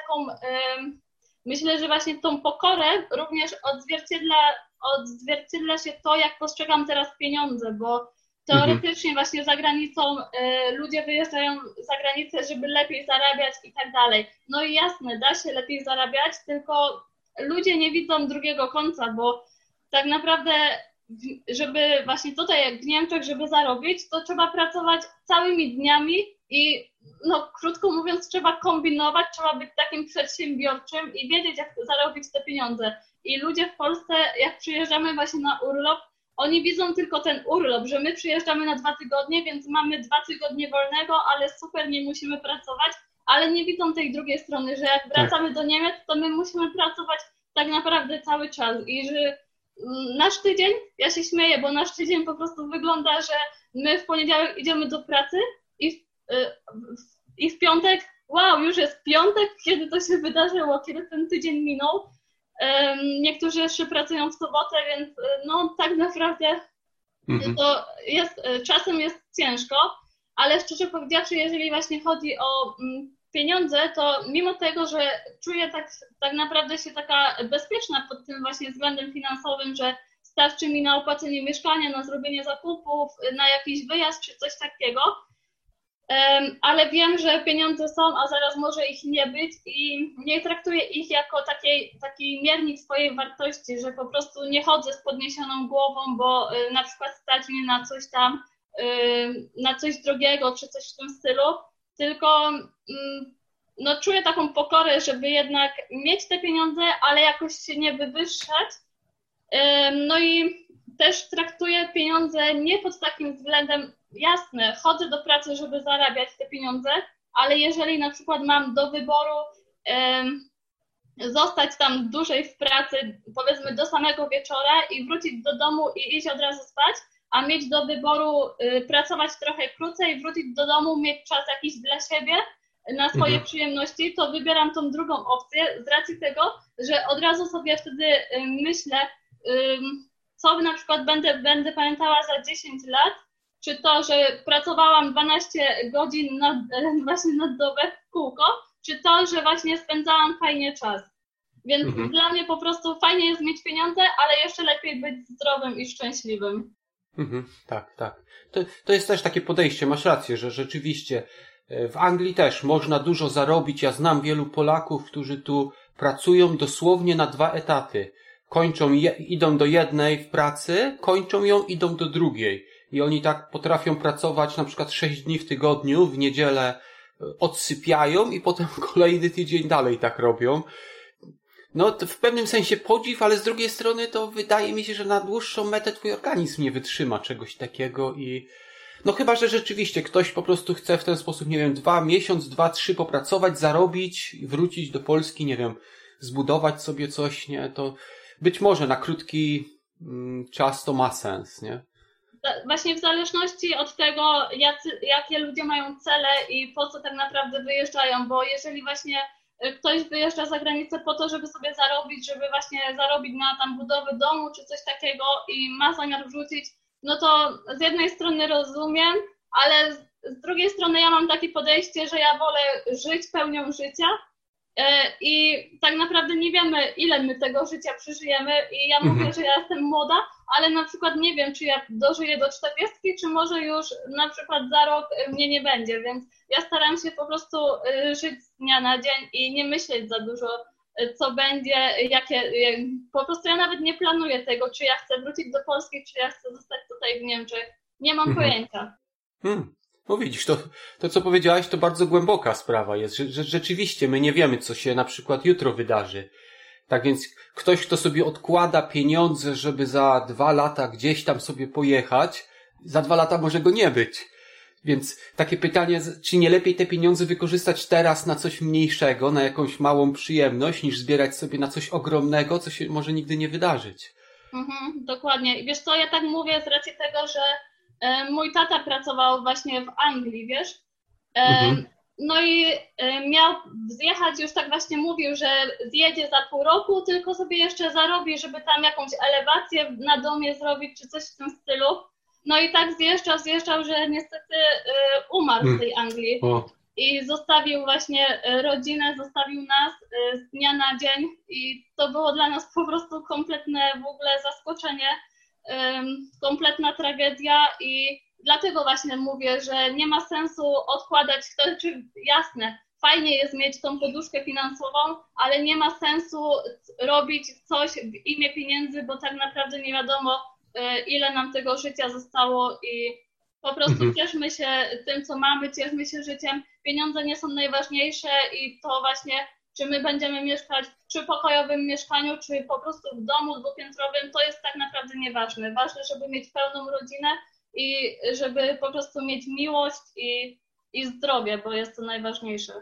myślę, że właśnie tą pokorę również odzwierciedla się to, jak postrzegam teraz pieniądze, bo teoretycznie właśnie za granicą ludzie wyjeżdżają za granicę, żeby lepiej zarabiać i tak dalej. No i jasne, da się lepiej zarabiać, tylko ludzie nie widzą drugiego końca, bo tak naprawdę żeby właśnie tutaj jak w Niemczech, żeby zarobić, to trzeba pracować całymi dniami i no krótko mówiąc trzeba kombinować, trzeba być takim przedsiębiorczym i wiedzieć jak zarobić te pieniądze. I ludzie w Polsce jak przyjeżdżamy właśnie na urlop, oni widzą tylko ten urlop, że my przyjeżdżamy na 2 tygodnie, więc mamy 2 tygodnie wolnego, ale super, nie musimy pracować, ale nie widzą tej drugiej strony, że jak wracamy do Niemiec, to my musimy pracować tak naprawdę cały czas i że nasz tydzień, ja się śmieję, bo nasz tydzień po prostu wygląda, że my w poniedziałek idziemy do pracy i w piątek, wow, już jest piątek, kiedy to się wydarzyło, kiedy ten tydzień minął. Niektórzy jeszcze pracują w sobotę, więc no tak naprawdę to czasem jest ciężko, ale szczerze powiedziawszy, jeżeli właśnie chodzi o pieniądze, to mimo tego, że czuję tak naprawdę się taka bezpieczna pod tym właśnie względem finansowym, że starczy mi na opłacenie mieszkania, na zrobienie zakupów, na jakiś wyjazd czy coś takiego, ale wiem, że pieniądze są, a zaraz może ich nie być i nie traktuję ich jako taki miernik swojej wartości, że po prostu nie chodzę z podniesioną głową, bo na przykład stać mnie na coś tam, na coś drogiego czy coś w tym stylu, tylko no, czuję taką pokorę, żeby jednak mieć te pieniądze, ale jakoś się nie wywyższać. No i też traktuję pieniądze nie pod takim względem, jasne, chodzę do pracy, żeby zarabiać te pieniądze, ale jeżeli na przykład mam do wyboru zostać tam dłużej w pracy, powiedzmy do samego wieczora i wrócić do domu i iść od razu spać, a mieć do wyboru pracować trochę krócej, wrócić do domu, mieć czas jakiś dla siebie, na swoje przyjemności, to wybieram tą drugą opcję z racji tego, że od razu sobie wtedy myślę, co na przykład będę pamiętała za 10 lat, czy to, że pracowałam 12 godzin właśnie na dobę w kółko, czy to, że właśnie spędzałam fajnie czas. Więc dla mnie po prostu fajnie jest mieć pieniądze, ale jeszcze lepiej być zdrowym i szczęśliwym. Tak. To jest też takie podejście, masz rację, że rzeczywiście w Anglii też można dużo zarobić. Ja znam wielu Polaków, którzy tu pracują dosłownie na 2 etaty. Idą do jednej w pracy, kończą ją, idą do drugiej. I oni tak potrafią pracować na przykład 6 dni w tygodniu, w niedzielę odsypiają i potem kolejny tydzień dalej tak robią. No to w pewnym sensie podziw, ale z drugiej strony to wydaje mi się, że na dłuższą metę twój organizm nie wytrzyma czegoś takiego i no chyba, że rzeczywiście ktoś po prostu chce w ten sposób, nie wiem, 2 3 popracować, zarobić, wrócić do Polski, nie wiem, zbudować sobie coś, nie, to być może na krótki czas to ma sens, nie? Właśnie w zależności od tego, jakie ludzie mają cele i po co tak naprawdę wyjeżdżają, bo jeżeli właśnie ktoś wyjeżdża za granicę po to, żeby sobie zarobić, żeby właśnie zarobić na tam budowę domu czy coś takiego i ma zamiar wrzucić, no to z jednej strony rozumiem, ale z drugiej strony ja mam takie podejście, że ja wolę żyć pełnią życia i tak naprawdę nie wiemy, ile my tego życia przeżyjemy i ja mówię, że ja jestem młoda, ale na przykład nie wiem, czy ja dożyję do 40, czy może już na przykład za rok mnie nie będzie, więc ja staram się po prostu żyć z dnia na dzień i nie myśleć za dużo, co będzie, po prostu ja nawet nie planuję tego, czy ja chcę wrócić do Polski, czy ja chcę zostać tutaj w Niemczech. Nie mam pojęcia. No widzisz, to co powiedziałaś, to bardzo głęboka sprawa jest, że rzeczywiście my nie wiemy, co się na przykład jutro wydarzy. Tak więc ktoś, kto sobie odkłada pieniądze, żeby za 2 lata gdzieś tam sobie pojechać, za 2 lata może go nie być. Więc takie pytanie, czy nie lepiej te pieniądze wykorzystać teraz na coś mniejszego, na jakąś małą przyjemność, niż zbierać sobie na coś ogromnego, co się może nigdy nie wydarzyć. Dokładnie. I wiesz co, ja tak mówię z racji tego, że mój tata pracował właśnie w Anglii, wiesz? No i miał zjechać, już tak właśnie mówił, że zjedzie za pół roku, tylko sobie jeszcze zarobi, żeby tam jakąś elewację na domie zrobić, czy coś w tym stylu. No i tak zjeżdżał, że niestety umarł w tej Anglii. I zostawił właśnie rodzinę, zostawił nas z dnia na dzień i to było dla nas po prostu kompletne w ogóle zaskoczenie, kompletna tragedia i dlatego właśnie mówię, że nie ma sensu odkładać, jasne, fajnie jest mieć tą poduszkę finansową, ale nie ma sensu robić coś w imię pieniędzy, bo tak naprawdę nie wiadomo, ile nam tego życia zostało i po prostu cieszmy się tym, co mamy, cieszmy się życiem. Pieniądze nie są najważniejsze i to właśnie, czy my będziemy mieszkać w 3-pokojowym mieszkaniu, czy po prostu w domu 2-piętrowym, to jest tak naprawdę nieważne. Ważne, żeby mieć pełną rodzinę i żeby po prostu mieć miłość i zdrowie, bo jest to najważniejsze.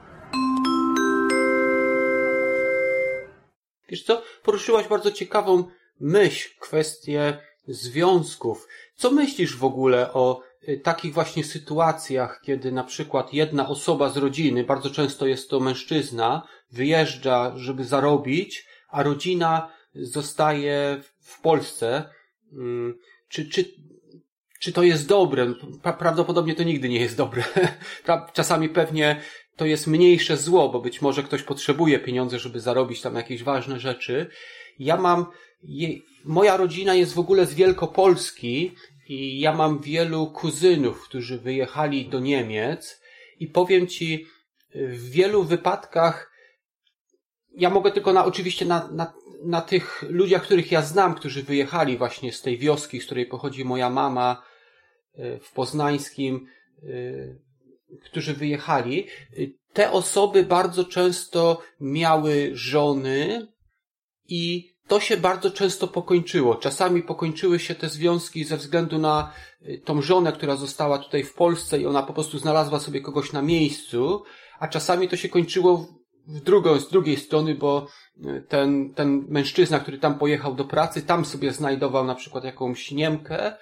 Wiesz co, poruszyłaś bardzo ciekawą myśl, kwestię związków. Co myślisz w ogóle o takich właśnie sytuacjach, kiedy na przykład jedna osoba z rodziny, bardzo często jest to mężczyzna, wyjeżdża, żeby zarobić, a rodzina zostaje w Polsce? Czy to jest dobre? Prawdopodobnie to nigdy nie jest dobre. Czasami pewnie to jest mniejsze zło, bo być może ktoś potrzebuje pieniądze, żeby zarobić tam jakieś ważne rzeczy. Moja rodzina jest w ogóle z Wielkopolski i ja mam wielu kuzynów, którzy wyjechali do Niemiec i powiem ci, w wielu wypadkach ja mogę tylko oczywiście na tych ludziach, których ja znam, którzy wyjechali właśnie z tej wioski, z której pochodzi moja mama w Poznańskim, którzy wyjechali. Te osoby bardzo często miały żony i to się bardzo często pokończyło. Czasami pokończyły się te związki ze względu na tą żonę, która została tutaj w Polsce i ona po prostu znalazła sobie kogoś na miejscu, a czasami to się kończyło z drugiej strony, bo ten mężczyzna, który tam pojechał do pracy, tam sobie znajdował na przykład jakąś Niemkę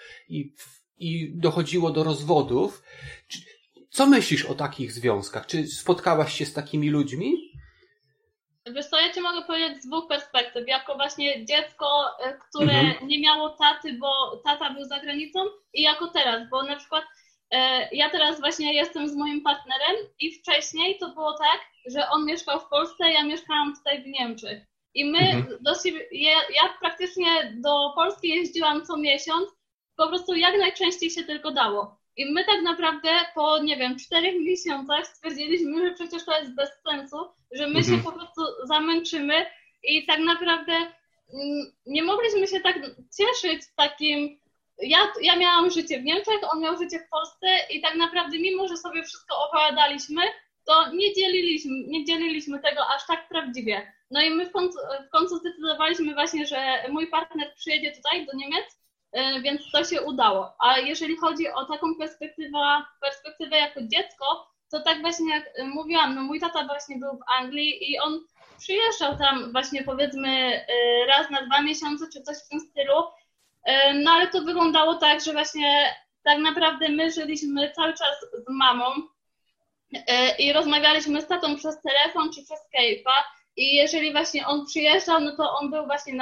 i dochodziło do rozwodów. Co myślisz o takich związkach? Czy spotkałaś się z takimi ludźmi? Wiesz co, ja ci mogę powiedzieć z 2 perspektyw. Jako właśnie dziecko, które nie miało taty, bo tata był za granicą i jako teraz, bo na przykład ja teraz właśnie jestem z moim partnerem i wcześniej to było tak, że on mieszkał w Polsce, ja mieszkałam tutaj w Niemczech. I my ja praktycznie do Polski jeździłam co miesiąc, po prostu jak najczęściej się tylko dało. I my tak naprawdę po, 4 miesiącach stwierdziliśmy, że przecież to jest bez sensu, że my się po prostu zamęczymy i tak naprawdę nie mogliśmy się tak cieszyć takim. Ja miałam życie w Niemczech, on miał życie w Polsce i tak naprawdę mimo, że sobie wszystko opowiadaliśmy, to nie dzieliliśmy tego aż tak prawdziwie. No i my w końcu zdecydowaliśmy właśnie, że mój partner przyjedzie tutaj do Niemiec, więc to się udało. A jeżeli chodzi o taką perspektywę jako dziecko, to tak właśnie jak mówiłam, no mój tata właśnie był w Anglii i on przyjeżdżał tam właśnie powiedzmy raz na 2 miesiące czy coś w tym stylu, no ale to wyglądało tak, że właśnie tak naprawdę my żyliśmy cały czas z mamą i rozmawialiśmy z tatą przez telefon czy przez Skype'a i jeżeli właśnie on przyjeżdżał, no to on był właśnie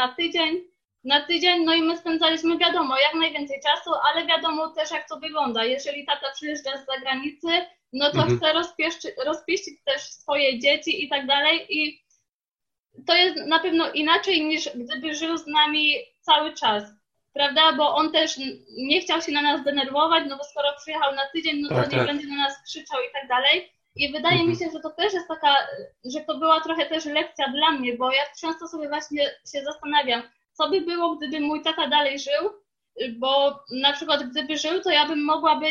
na tydzień, no i my spędzaliśmy, wiadomo, jak najwięcej czasu, ale wiadomo też, jak to wygląda. Jeżeli tata przyjeżdża z zagranicy, no to chce rozpieścić też swoje dzieci i tak dalej i to jest na pewno inaczej niż gdyby żył z nami cały czas, prawda? Bo on też nie chciał się na nas denerwować, no bo skoro przyjechał na tydzień, no to nie będzie na nas krzyczał i tak dalej. I wydaje mi się, że to też jest taka, że to była trochę też lekcja dla mnie, bo ja często sobie właśnie się zastanawiam, co by było, gdyby mój tata dalej żył, bo na przykład gdyby żył, to ja bym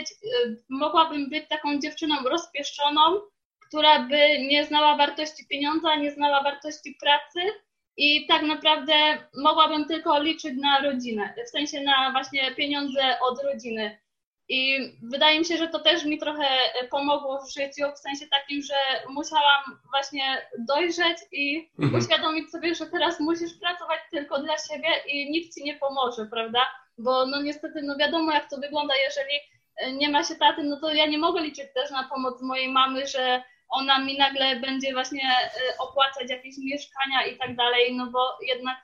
mogłabym być taką dziewczyną rozpieszczoną, która by nie znała wartości pieniądza, nie znała wartości pracy i tak naprawdę mogłabym tylko liczyć na rodzinę, w sensie na właśnie pieniądze od rodziny. I wydaje mi się, że to też mi trochę pomogło w życiu, w sensie takim, że musiałam właśnie dojrzeć i uświadomić sobie, że teraz musisz pracować tylko dla siebie i nikt ci nie pomoże, prawda? Bo no niestety, no wiadomo jak to wygląda, jeżeli nie ma się taty, no to ja nie mogę liczyć też na pomoc mojej mamy, że ona mi nagle będzie właśnie opłacać jakieś mieszkania i tak dalej, no bo jednak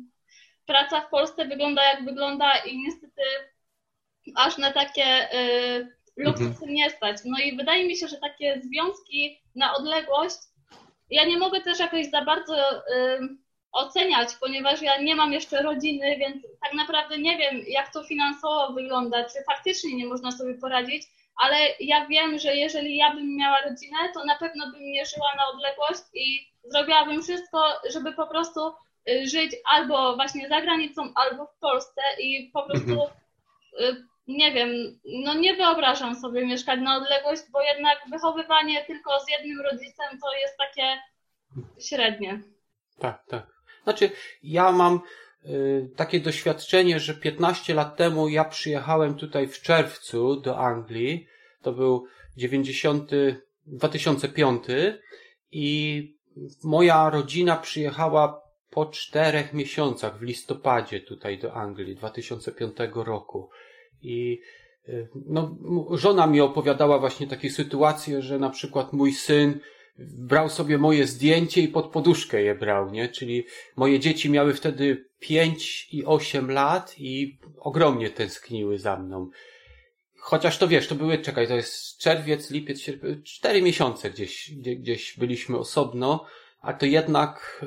praca w Polsce wygląda jak wygląda i niestety aż na takie luksusy nie stać. No i wydaje mi się, że takie związki na odległość ja nie mogę też jakoś za bardzo oceniać, ponieważ ja nie mam jeszcze rodziny, więc tak naprawdę nie wiem, jak to finansowo wygląda, czy faktycznie nie można sobie poradzić, ale ja wiem, że jeżeli ja bym miała rodzinę, to na pewno bym nie żyła na odległość i zrobiłabym wszystko, żeby po prostu żyć albo właśnie za granicą, albo w Polsce i po prostu nie wiem, no nie wyobrażam sobie mieszkać na odległość, bo jednak wychowywanie tylko z jednym rodzicem to jest takie średnie. Tak. Znaczy, ja mam takie doświadczenie, że 15 lat temu ja przyjechałem tutaj w czerwcu do Anglii. To był 2005 i moja rodzina przyjechała po 4 miesiącach w listopadzie tutaj do Anglii 2005 roku. I no, żona mi opowiadała właśnie takie sytuacje, że na przykład mój syn brał sobie moje zdjęcie i pod poduszkę je brał, nie? Czyli moje dzieci miały wtedy 5 i 8 lat i ogromnie tęskniły za mną. Chociaż to wiesz, to jest czerwiec, lipiec, sierpień, 4 miesiące gdzieś byliśmy osobno, a to jednak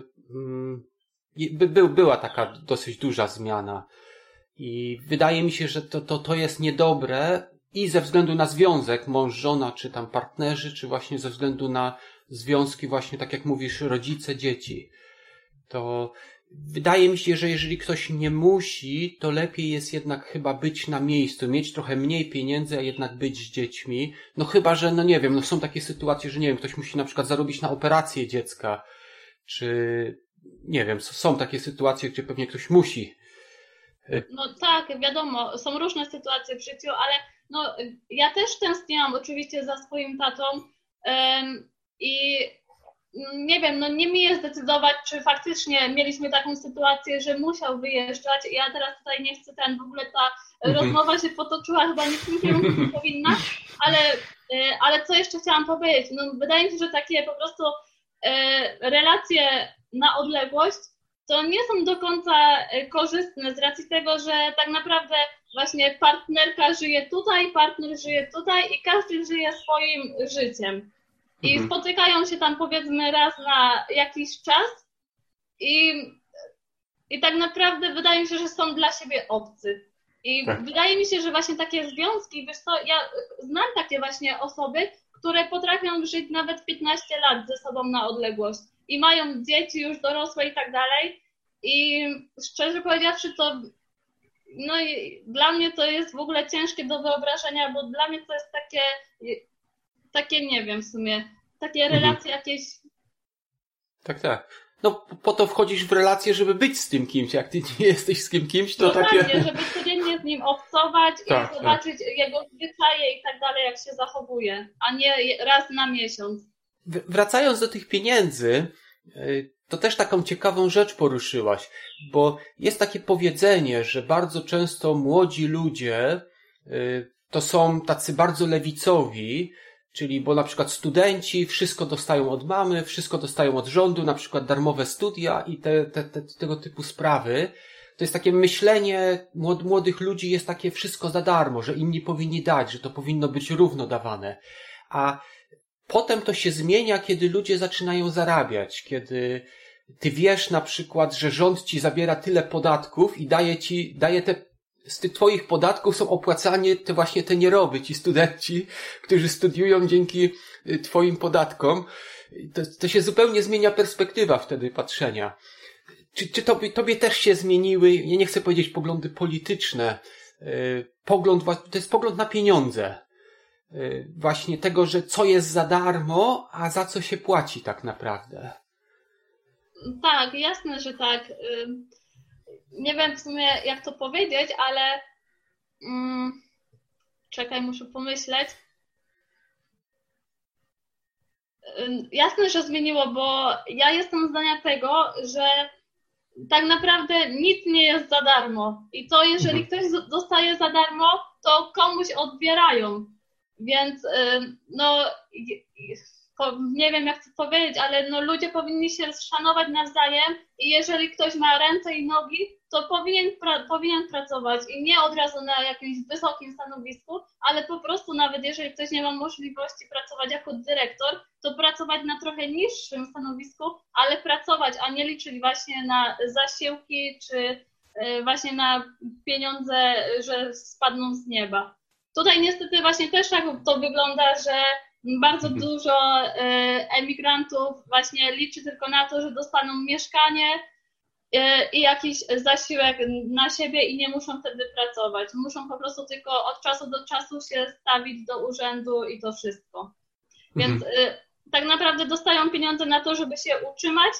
była taka dosyć duża zmiana. I wydaje mi się, że to jest niedobre i ze względu na związek mąż, żona, czy tam partnerzy, czy właśnie ze względu na związki właśnie, tak jak mówisz, rodzice, dzieci. To wydaje mi się, że jeżeli ktoś nie musi, to lepiej jest jednak chyba być na miejscu, mieć trochę mniej pieniędzy, a jednak być z dziećmi. No chyba, że, no nie wiem, no są takie sytuacje, że nie wiem, ktoś musi na przykład zarobić na operację dziecka, czy nie wiem, są takie sytuacje, gdzie pewnie ktoś musi. No tak, wiadomo, są różne sytuacje w życiu, ale no, ja też tęskniłam oczywiście za swoim tatą i nie wiem, no nie mi jest decydować, czy faktycznie mieliśmy taką sytuację, że musiał wyjeżdżać. Ja teraz tutaj nie chcę w ogóle ta rozmowa się potoczyła chyba nie w tym kierunku, nie powinna, ale co jeszcze chciałam powiedzieć? No wydaje mi się, że takie po prostu relacje na odległość to nie są do końca korzystne z racji tego, że tak naprawdę właśnie partnerka żyje tutaj, partner żyje tutaj i każdy żyje swoim życiem. I spotykają się tam powiedzmy raz na jakiś czas i tak naprawdę wydaje mi się, że są dla siebie obcy. I wydaje mi się, że właśnie takie związki, wiesz co, ja znam takie właśnie osoby, które potrafią żyć nawet 15 lat ze sobą na odległość i mają dzieci już dorosłe i tak dalej. I szczerze powiedziawszy, to no i dla mnie to jest w ogóle ciężkie do wyobrażenia, bo dla mnie to jest takie nie wiem w sumie, takie relacje jakieś. Tak. No po to wchodzisz w relację, żeby być z tym kimś. Jak ty nie jesteś z kimś, to no takie... Właśnie, żeby codziennie z nim obcować i zobaczyć jego zwyczaje i tak dalej, jak się zachowuje, a nie raz na miesiąc. Wracając do tych pieniędzy, to też taką ciekawą rzecz poruszyłaś, bo jest takie powiedzenie, że bardzo często młodzi ludzie to są tacy bardzo lewicowi, Czyli, bo na przykład studenci wszystko dostają od mamy, wszystko dostają od rządu, na przykład darmowe studia i tego typu sprawy. To jest takie myślenie młodych ludzi, jest takie wszystko za darmo, że inni powinni dać, że to powinno być równo dawane. A potem to się zmienia, kiedy ludzie zaczynają zarabiać, kiedy ty wiesz na przykład, że rząd ci zabiera tyle podatków i z tych twoich podatków są opłacani te nieroby, ci studenci, którzy studiują dzięki twoim podatkom. To się zupełnie zmienia perspektywa wtedy patrzenia. Czy tobie też się zmieniły, ja nie chcę powiedzieć poglądy polityczne, to jest pogląd na pieniądze. Właśnie tego, że co jest za darmo, a za co się płaci tak naprawdę. Tak, jasne, że tak. Nie wiem w sumie jak to powiedzieć, ale czekaj, muszę pomyśleć. Jasne, że zmieniło, bo ja jestem zdania tego, że tak naprawdę nic nie jest za darmo. I to jeżeli ktoś dostaje za darmo, to komuś odbierają. Więc no nie wiem jak to powiedzieć, ale no ludzie powinni się szanować nawzajem i jeżeli ktoś ma ręce i nogi, to powinien pracować i nie od razu na jakimś wysokim stanowisku, ale po prostu nawet jeżeli ktoś nie ma możliwości pracować jako dyrektor, to pracować na trochę niższym stanowisku, ale pracować, a nie liczyć właśnie na zasiłki czy właśnie na pieniądze, że spadną z nieba. Tutaj niestety właśnie też tak to wygląda, że bardzo dużo emigrantów właśnie liczy tylko na to, że dostaną mieszkanie i jakiś zasiłek na siebie i nie muszą wtedy pracować. Muszą po prostu tylko od czasu do czasu się stawić do urzędu i to wszystko. Więc tak naprawdę dostają pieniądze na to, żeby się utrzymać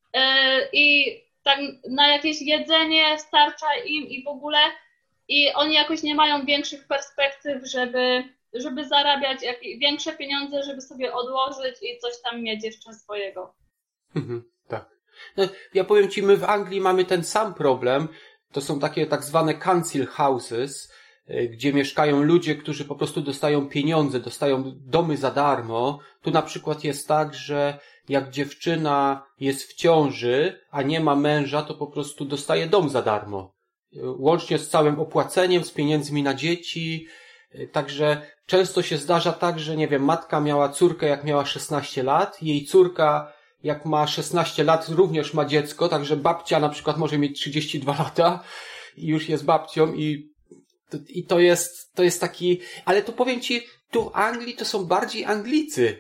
i tak na jakieś jedzenie starcza im i w ogóle i oni jakoś nie mają większych perspektyw, żeby zarabiać większe pieniądze, żeby sobie odłożyć i coś tam mieć jeszcze swojego. Tak. No, ja powiem ci, my w Anglii mamy ten sam problem. To są takie tak zwane council houses, gdzie mieszkają ludzie, którzy po prostu dostają pieniądze, dostają domy za darmo. Tu na przykład jest tak, że jak dziewczyna jest w ciąży, a nie ma męża, to po prostu dostaje dom za darmo. Łącznie z całym opłaceniem, z pieniędzmi na dzieci. Także często się zdarza tak, że nie wiem, matka miała córkę jak miała 16 lat, jej córka jak ma 16 lat również ma dziecko, także babcia na przykład może mieć 32 lata i już jest babcią i to jest taki, ale to powiem ci, tu w Anglii to są bardziej Anglicy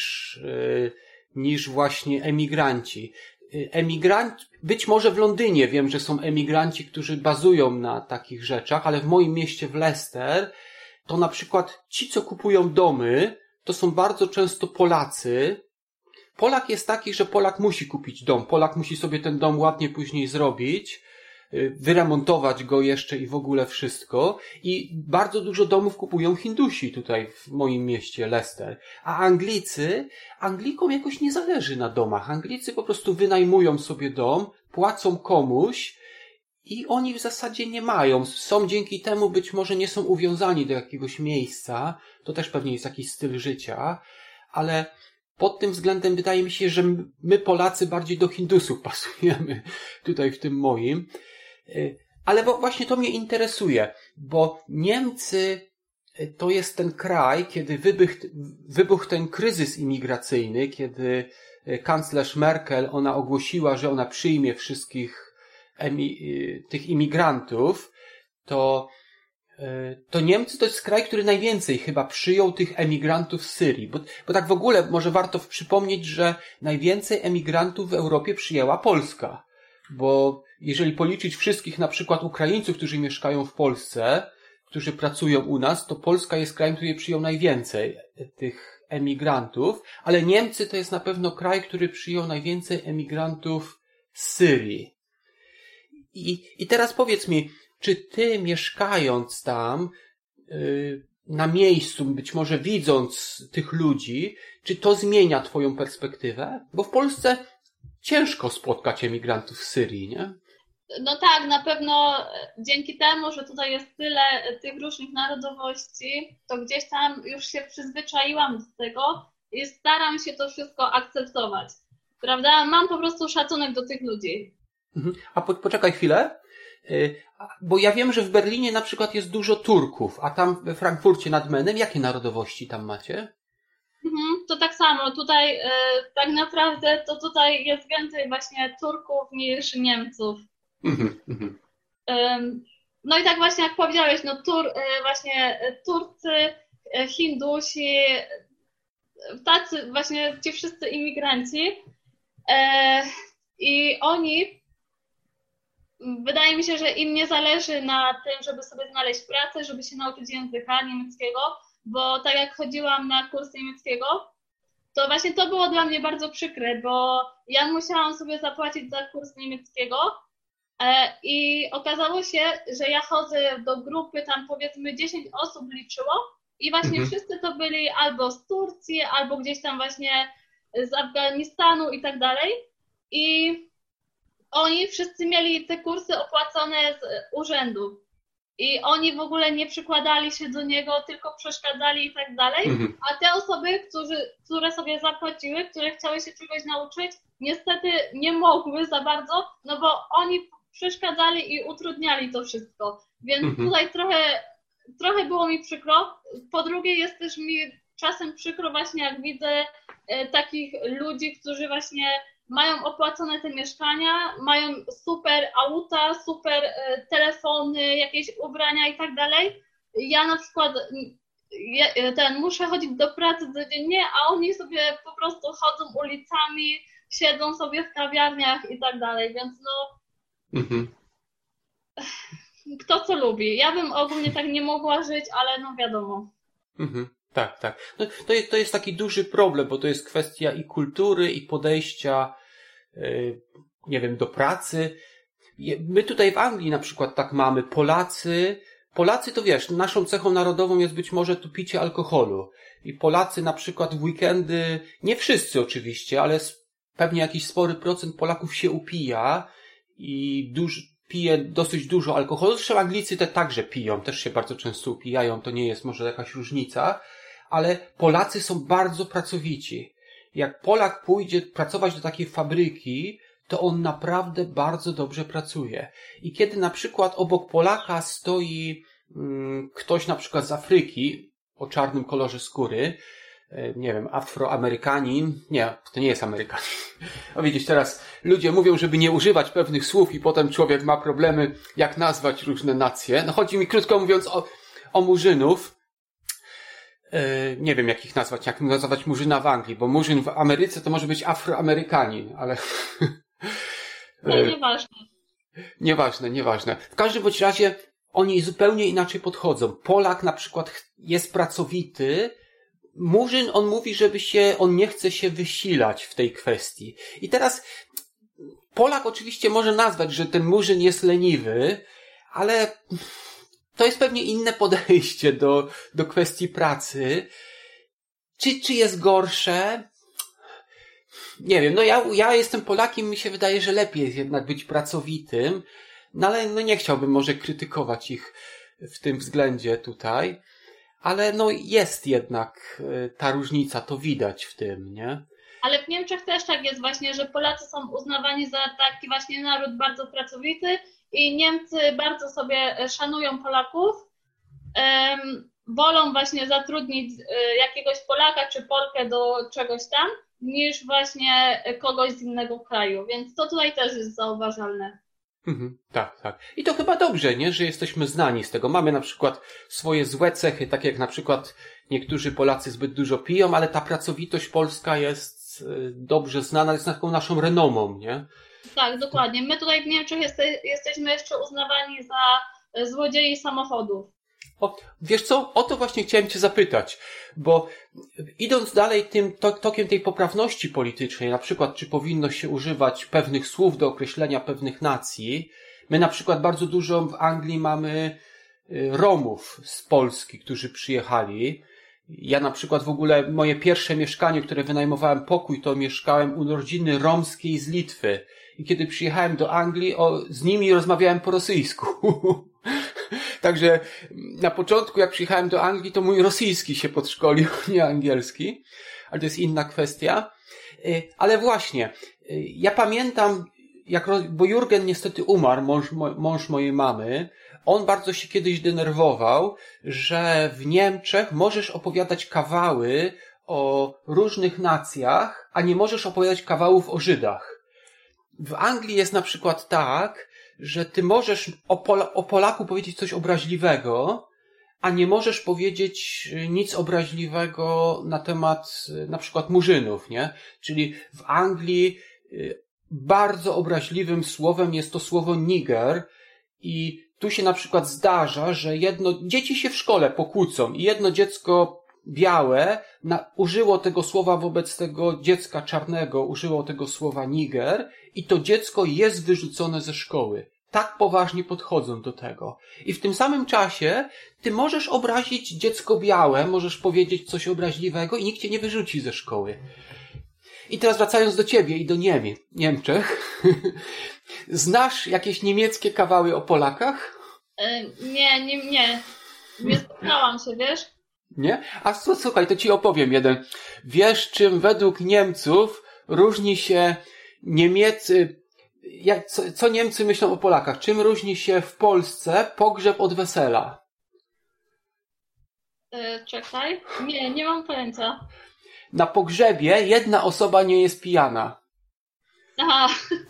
niż właśnie emigranci. Być może w Londynie wiem, że są emigranci, którzy bazują na takich rzeczach, ale w moim mieście w Leicester to na przykład ci, co kupują domy, to są bardzo często Polacy. Polak jest taki, że Polak musi kupić dom. Polak musi sobie ten dom ładnie później zrobić, wyremontować go jeszcze i w ogóle wszystko. I bardzo dużo domów kupują Hindusi tutaj w moim mieście Leicester. A Anglikom jakoś nie zależy na domach. Anglicy po prostu wynajmują sobie dom, płacą komuś i oni w zasadzie nie mają. Są dzięki temu, być może nie są uwiązani do jakiegoś miejsca. To też pewnie jest jakiś styl życia, ale pod tym względem wydaje mi się, że my Polacy bardziej do Hindusów pasujemy tutaj w tym moim. Ale właśnie to mnie interesuje, bo Niemcy to jest ten kraj, kiedy wybuchł ten kryzys imigracyjny, kiedy kanclerz Merkel, ona ogłosiła, że ona przyjmie wszystkich tych imigrantów, to Niemcy to jest kraj, który najwięcej chyba przyjął tych emigrantów z Syrii. Bo tak w ogóle może warto przypomnieć, że najwięcej emigrantów w Europie przyjęła Polska. Bo jeżeli policzyć wszystkich na przykład Ukraińców, którzy mieszkają w Polsce, którzy pracują u nas, to Polska jest krajem, który przyjął najwięcej tych emigrantów, ale Niemcy to jest na pewno kraj, który przyjął najwięcej emigrantów z Syrii. I teraz powiedz mi, czy ty mieszkając tam na miejscu, być może widząc tych ludzi, czy to zmienia twoją perspektywę? Bo w Polsce ciężko spotkać emigrantów z Syrii, nie? No tak, na pewno dzięki temu, że tutaj jest tyle tych różnych narodowości, to gdzieś tam już się przyzwyczaiłam do tego i staram się to wszystko akceptować. Prawda? Mam po prostu szacunek do tych ludzi. A poczekaj chwilę, bo ja wiem, że w Berlinie na przykład jest dużo Turków, a tam we Frankfurcie nad Menem jakie narodowości tam macie? To tak samo. Tutaj tak naprawdę to tutaj jest więcej właśnie Turków niż Niemców. No i tak właśnie jak powiedziałeś, no właśnie Turcy, Hindusi, tacy właśnie ci wszyscy imigranci i oni, wydaje mi się, że im nie zależy na tym, żeby sobie znaleźć pracę, żeby się nauczyć języka niemieckiego, bo tak jak chodziłam na kurs niemieckiego, to właśnie to było dla mnie bardzo przykre, bo ja musiałam sobie zapłacić za kurs niemieckiego i okazało się, że ja chodzę do grupy, tam powiedzmy 10 osób liczyło i właśnie wszyscy to byli albo z Turcji, albo gdzieś tam właśnie z Afganistanu i tak dalej. I oni wszyscy mieli te kursy opłacone z urzędu. I oni w ogóle nie przykładali się do niego, tylko przeszkadzali i tak dalej. A te osoby, które sobie zapłaciły, które chciały się czegoś nauczyć, niestety nie mogły za bardzo, no bo oni przeszkadzali i utrudniali to wszystko. Więc tutaj trochę było mi przykro. Po drugie jest też mi czasem przykro właśnie jak widzę takich ludzi, którzy właśnie mają opłacone te mieszkania, mają super auta, super telefony, jakieś ubrania i tak dalej. Ja na przykład muszę chodzić do pracy codziennie, a oni sobie po prostu chodzą ulicami, siedzą sobie w kawiarniach i tak dalej, więc no kto co lubi. Ja bym ogólnie tak nie mogła żyć, ale no wiadomo. Tak, tak. No, to jest taki duży problem, bo to jest kwestia i kultury, i podejścia, nie wiem, do pracy. My tutaj w Anglii na przykład tak mamy. Polacy to wiesz, naszą cechą narodową jest być może tu picie alkoholu. I Polacy na przykład w weekendy, nie wszyscy oczywiście, ale pewnie jakiś spory procent Polaków się upija i pije dosyć dużo alkoholu. Zresztą Anglicy te także piją, też się bardzo często upijają, to nie jest może jakaś różnica, ale Polacy są bardzo pracowici. Jak Polak pójdzie pracować do takiej fabryki, to on naprawdę bardzo dobrze pracuje. I kiedy na przykład obok Polaka stoi ktoś na przykład z Afryki o czarnym kolorze skóry, nie wiem, Afroamerykanin, nie, to nie jest Amerykanin. O widzisz, teraz ludzie mówią, żeby nie używać pewnych słów i potem człowiek ma problemy, jak nazwać różne nacje. No chodzi mi krótko mówiąc o Murzynów. Nie wiem, jak nazwać Murzyna w Anglii, bo Murzyn w Ameryce to może być Afroamerykanin, ale... Nieważne. W każdym bądź razie oni zupełnie inaczej podchodzą. Polak na przykład jest pracowity, Murzyn, on mówi, on nie chce się wysilać w tej kwestii. I teraz Polak oczywiście może nazwać, że ten Murzyn jest leniwy, ale to jest pewnie inne podejście do kwestii pracy. Czy jest gorsze? Nie wiem, no ja jestem Polakiem, mi się wydaje, że lepiej jest jednak być pracowitym, no ale no nie chciałbym może krytykować ich w tym względzie tutaj. Ale no jest jednak ta różnica, to widać w tym, nie? Ale w Niemczech też tak jest właśnie, że Polacy są uznawani za taki właśnie naród bardzo pracowity i Niemcy bardzo sobie szanują Polaków, wolą właśnie zatrudnić jakiegoś Polaka czy Polkę do czegoś tam, niż właśnie kogoś z innego kraju, więc to tutaj też jest zauważalne. Tak. I to chyba dobrze, nie? Że jesteśmy znani z tego. Mamy na przykład swoje złe cechy, tak jak na przykład niektórzy Polacy zbyt dużo piją, ale ta pracowitość polska jest dobrze znana, jest taką naszą renomą, nie? Tak, dokładnie. My tutaj w Niemczech jesteśmy jeszcze uznawani za złodziei samochodów. Wiesz co? O to właśnie chciałem cię zapytać, bo idąc dalej tym tokiem tej poprawności politycznej, na przykład czy powinno się używać pewnych słów do określenia pewnych nacji, my na przykład bardzo dużo w Anglii mamy Romów z Polski, którzy przyjechali. Ja na przykład w ogóle moje pierwsze mieszkanie, które wynajmowałem pokój, to mieszkałem u rodziny romskiej z Litwy. i kiedy przyjechałem do Anglii, z nimi rozmawiałem po rosyjsku. Także na początku, jak przyjechałem do Anglii, to mój rosyjski się podszkolił, nie angielski, ale to jest inna kwestia. Ale właśnie, ja pamiętam, bo Jurgen niestety umarł, mąż mojej mamy. On bardzo się kiedyś denerwował, że w Niemczech możesz opowiadać kawały o różnych nacjach, a nie możesz opowiadać kawałów o Żydach. W Anglii jest na przykład tak, że ty możesz o Polaku powiedzieć coś obraźliwego, a nie możesz powiedzieć nic obraźliwego na temat na przykład Murzynów, nie? Czyli w Anglii bardzo obraźliwym słowem jest to słowo niger i tu się na przykład zdarza, że dzieci się w szkole pokłócą i jedno dziecko białe użyło tego słowa wobec tego dziecka czarnego, użyło tego słowa niger i to dziecko jest wyrzucone ze szkoły. Tak poważnie podchodzą do tego. I w tym samym czasie ty możesz obrazić dziecko białe, możesz powiedzieć coś obraźliwego i nikt cię nie wyrzuci ze szkoły. I teraz wracając do ciebie i do Niemczech, znasz jakieś niemieckie kawały o Polakach? Nie spotkałam się, wiesz? Nie? A słuchaj, to ci opowiem jeden. Wiesz, czym według Niemców różni się co Niemcy myślą o Polakach? Czym różni się w Polsce pogrzeb od wesela? Czekaj. Nie mam pojęcia. Na pogrzebie jedna osoba nie jest pijana. Aha.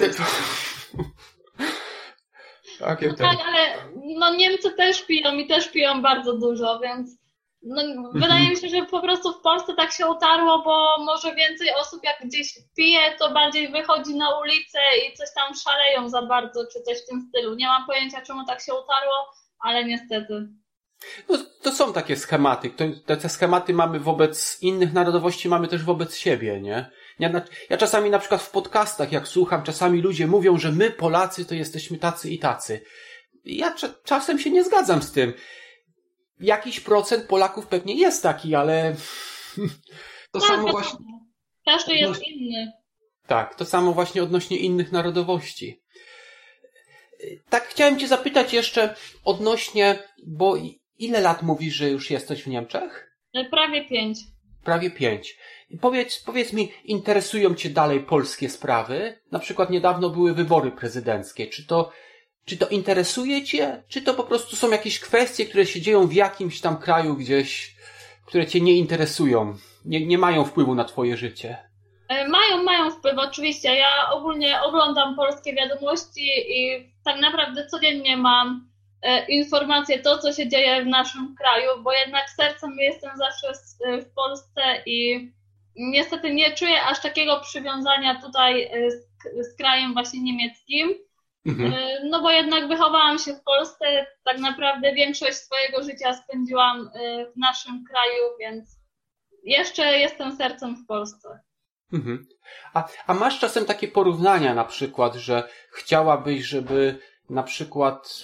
Tak, ale Niemcy też piją i też piją bardzo dużo, więc wydaje mi się, że po prostu w Polsce tak się utarło, bo może więcej osób jak gdzieś pije, to bardziej wychodzi na ulicę i coś tam szaleją za bardzo, czy coś w tym stylu. Nie mam pojęcia, czemu tak się utarło, ale niestety. No, to są takie schematy. Te schematy mamy wobec innych narodowości, mamy też wobec siebie, nie? Ja czasami na przykład w podcastach, jak słucham, czasami ludzie mówią, że my Polacy to jesteśmy tacy i tacy. Ja czasem się nie zgadzam z tym. Jakiś procent Polaków pewnie jest taki, ale to samo właśnie. Każdy jest inny. Tak, to samo właśnie odnośnie innych narodowości. Tak, chciałem cię zapytać jeszcze odnośnie, bo ile lat mówisz, że już jesteś w Niemczech? Prawie 5. Prawie 5. Powiedz mi, interesują cię dalej polskie sprawy? Na przykład niedawno były wybory prezydenckie. Czy to interesuje cię? Czy to po prostu są jakieś kwestie, które się dzieją w jakimś tam kraju gdzieś, które cię nie interesują? Nie mają wpływu na twoje życie? Mają wpływ, oczywiście. Ja ogólnie oglądam polskie wiadomości i tak naprawdę codziennie mam informacje, to co się dzieje w naszym kraju, bo jednak sercem jestem zawsze w Polsce i niestety nie czuję aż takiego przywiązania tutaj z krajem właśnie niemieckim. No bo jednak wychowałam się w Polsce, tak naprawdę większość swojego życia spędziłam w naszym kraju, więc jeszcze jestem sercem w Polsce. A masz czasem takie porównania na przykład, że chciałabyś, żeby na przykład,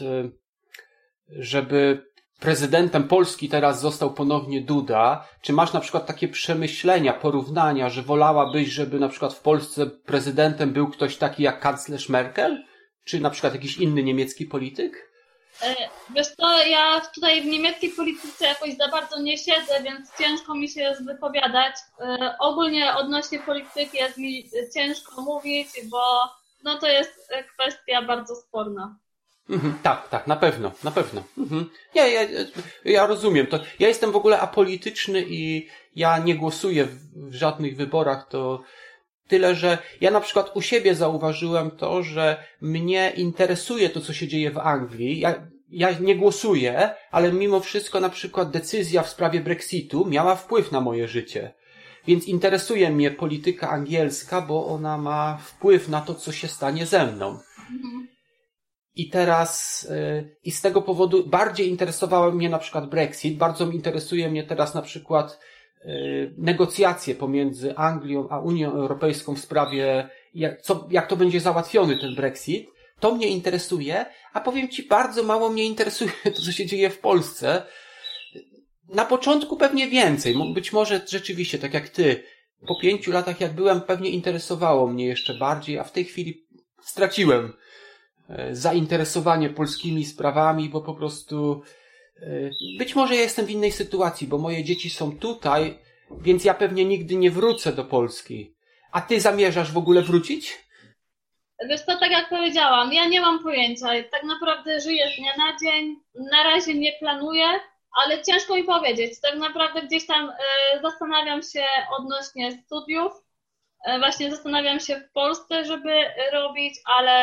żeby prezydentem Polski teraz został ponownie Duda? Czy masz na przykład takie przemyślenia, porównania, że wolałabyś, żeby na przykład w Polsce prezydentem był ktoś taki jak kanclerz Merkel? Czy na przykład jakiś inny niemiecki polityk? Wiesz co, ja tutaj w niemieckiej polityce jakoś za bardzo nie siedzę, więc ciężko mi się jest wypowiadać. Ogólnie odnośnie polityki jest mi ciężko mówić, bo to jest kwestia bardzo sporna. Tak, na pewno. Ja rozumiem to. Ja jestem w ogóle apolityczny i ja nie głosuję w żadnych wyborach, to tyle, że ja na przykład u siebie zauważyłem to, że mnie interesuje to, co się dzieje w Anglii. Ja nie głosuję, ale mimo wszystko na przykład decyzja w sprawie Brexitu miała wpływ na moje życie. Więc interesuje mnie polityka angielska, bo ona ma wpływ na to, co się stanie ze mną. I teraz, i z tego powodu bardziej interesowało mnie na przykład Brexit, bardzo interesuje mnie teraz na przykład negocjacje pomiędzy Anglią a Unią Europejską w sprawie, jak to będzie załatwiony ten Brexit. To mnie interesuje, a powiem ci, bardzo mało mnie interesuje to, co się dzieje w Polsce. Na początku pewnie więcej, być może rzeczywiście, tak jak ty, po 5 latach jak byłem, pewnie interesowało mnie jeszcze bardziej, a w tej chwili straciłem zainteresowanie polskimi sprawami, bo po prostu być może ja jestem w innej sytuacji, bo moje dzieci są tutaj, więc ja pewnie nigdy nie wrócę do Polski. A ty zamierzasz w ogóle wrócić? Wiesz co, tak jak powiedziałam, ja nie mam pojęcia. Tak naprawdę żyję z dnia na dzień. Na razie nie planuję, ale ciężko mi powiedzieć. Tak naprawdę gdzieś tam zastanawiam się odnośnie studiów. Właśnie zastanawiam się w Polsce, żeby robić,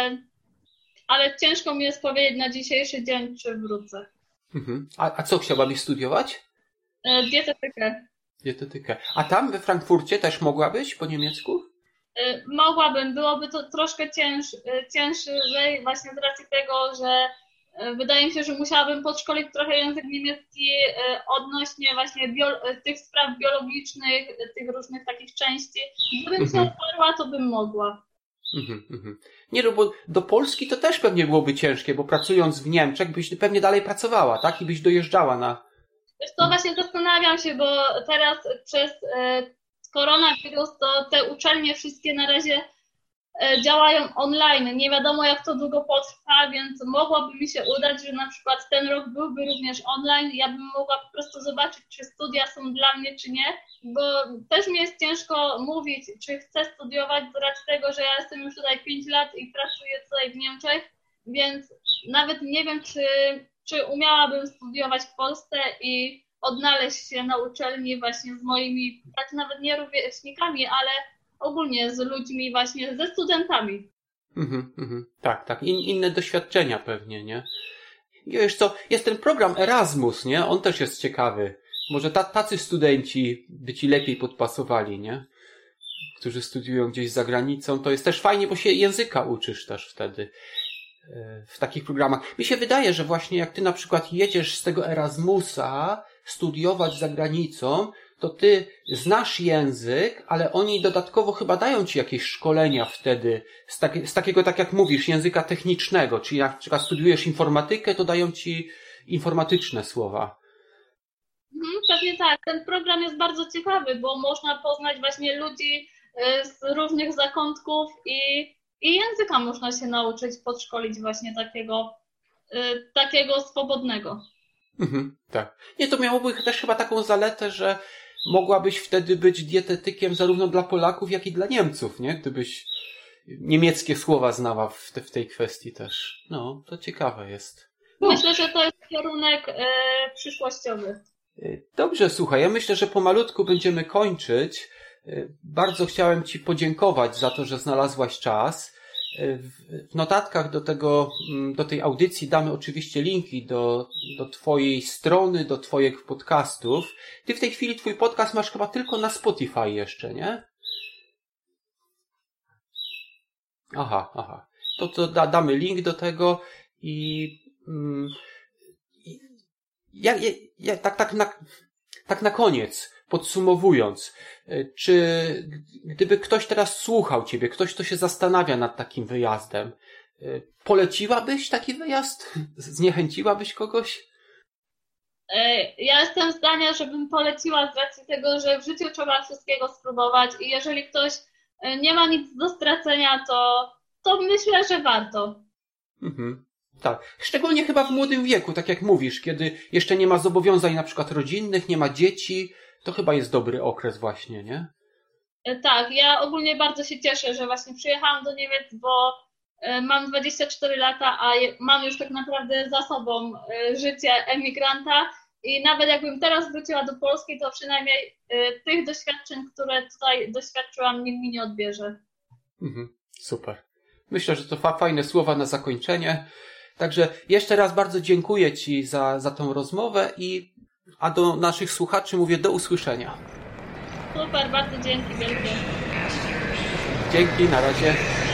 ale ciężko mi jest powiedzieć na dzisiejszy dzień, czy wrócę. Mhm. A co chciałabyś studiować? Dietetykę. Dietetykę. A tam we Frankfurcie też mogłabyś po niemiecku? Mogłabym, byłoby to troszkę ciężej właśnie z racji tego, że wydaje mi się, że musiałabym podszkolić trochę język niemiecki odnośnie właśnie tych spraw biologicznych, tych różnych takich części. Gdybym się oparła, to bym mogła. Nie, no bo do Polski to też pewnie byłoby ciężkie, bo pracując w Niemczech byś pewnie dalej pracowała, tak? I byś dojeżdżała na... Wiesz co, właśnie zastanawiam się, bo teraz przez koronawirus to te uczelnie wszystkie na razie działają online. Nie wiadomo, jak to długo potrwa, więc mogłoby mi się udać, że na przykład ten rok byłby również online. Ja bym mogła po prostu zobaczyć, czy studia są dla mnie, czy nie, bo też mi jest ciężko mówić, czy chcę studiować z racji tego, że ja jestem już tutaj 5 lat i pracuję tutaj w Niemczech, więc nawet nie wiem, czy umiałabym studiować w Polsce i odnaleźć się na uczelni właśnie z moimi, tak nawet nie rówieśnikami, ale ogólnie z ludźmi właśnie, ze studentami. Tak. Inne doświadczenia pewnie, nie? I wiesz co, jest ten program Erasmus, nie? On też jest ciekawy. Może tacy studenci by ci lepiej podpasowali, nie? Którzy studiują gdzieś za granicą. To jest też fajnie, bo się języka uczysz też wtedy. W takich programach. Mi się wydaje, że właśnie jak ty na przykład jedziesz z tego Erasmusa studiować za granicą, to ty znasz język, ale oni dodatkowo chyba dają ci jakieś szkolenia wtedy z takiego, tak jak mówisz, języka technicznego. Czyli jak na przykład studiujesz informatykę, to dają ci informatyczne słowa. Pewnie tak. Ten program jest bardzo ciekawy, bo można poznać właśnie ludzi z różnych zakątków i języka można się nauczyć, podszkolić właśnie takiego swobodnego. Tak. Nie, to miałoby też chyba taką zaletę, że mogłabyś wtedy być dietetykiem zarówno dla Polaków, jak i dla Niemców, nie? Gdybyś niemieckie słowa znała w tej kwestii też. No, to ciekawe jest. Myślę, że to jest kierunek przyszłościowy. Dobrze, słuchaj, ja myślę, że pomalutku będziemy kończyć. Bardzo chciałem ci podziękować za to, że znalazłaś czas. W notatkach do tej audycji damy oczywiście linki do twojej strony, do twoich podcastów. Ty w tej chwili twój podcast masz chyba tylko na Spotify jeszcze, nie? Aha. To damy link do tego tak na koniec, podsumowując, czy gdyby ktoś teraz słuchał ciebie, ktoś, kto się zastanawia nad takim wyjazdem, poleciłabyś taki wyjazd? Zniechęciłabyś kogoś? Ja jestem zdania, żebym poleciła z racji tego, że w życiu trzeba wszystkiego spróbować i jeżeli ktoś nie ma nic do stracenia, to myślę, że warto. Tak. Szczególnie chyba w młodym wieku, tak jak mówisz, kiedy jeszcze nie ma zobowiązań na przykład rodzinnych, nie ma dzieci, to chyba jest dobry okres właśnie, nie? Tak, ja ogólnie bardzo się cieszę, że właśnie przyjechałam do Niemiec, bo mam 24 lata, a mam już tak naprawdę za sobą życie emigranta i nawet jakbym teraz wróciła do Polski, to przynajmniej tych doświadczeń, które tutaj doświadczyłam, nikt mi nie odbierze. Super. Myślę, że to fajne słowa na zakończenie. Także jeszcze raz bardzo dziękuję ci za tą rozmowę a do naszych słuchaczy mówię do usłyszenia. Super, bardzo dzięki wielkie. Dzięki, na razie.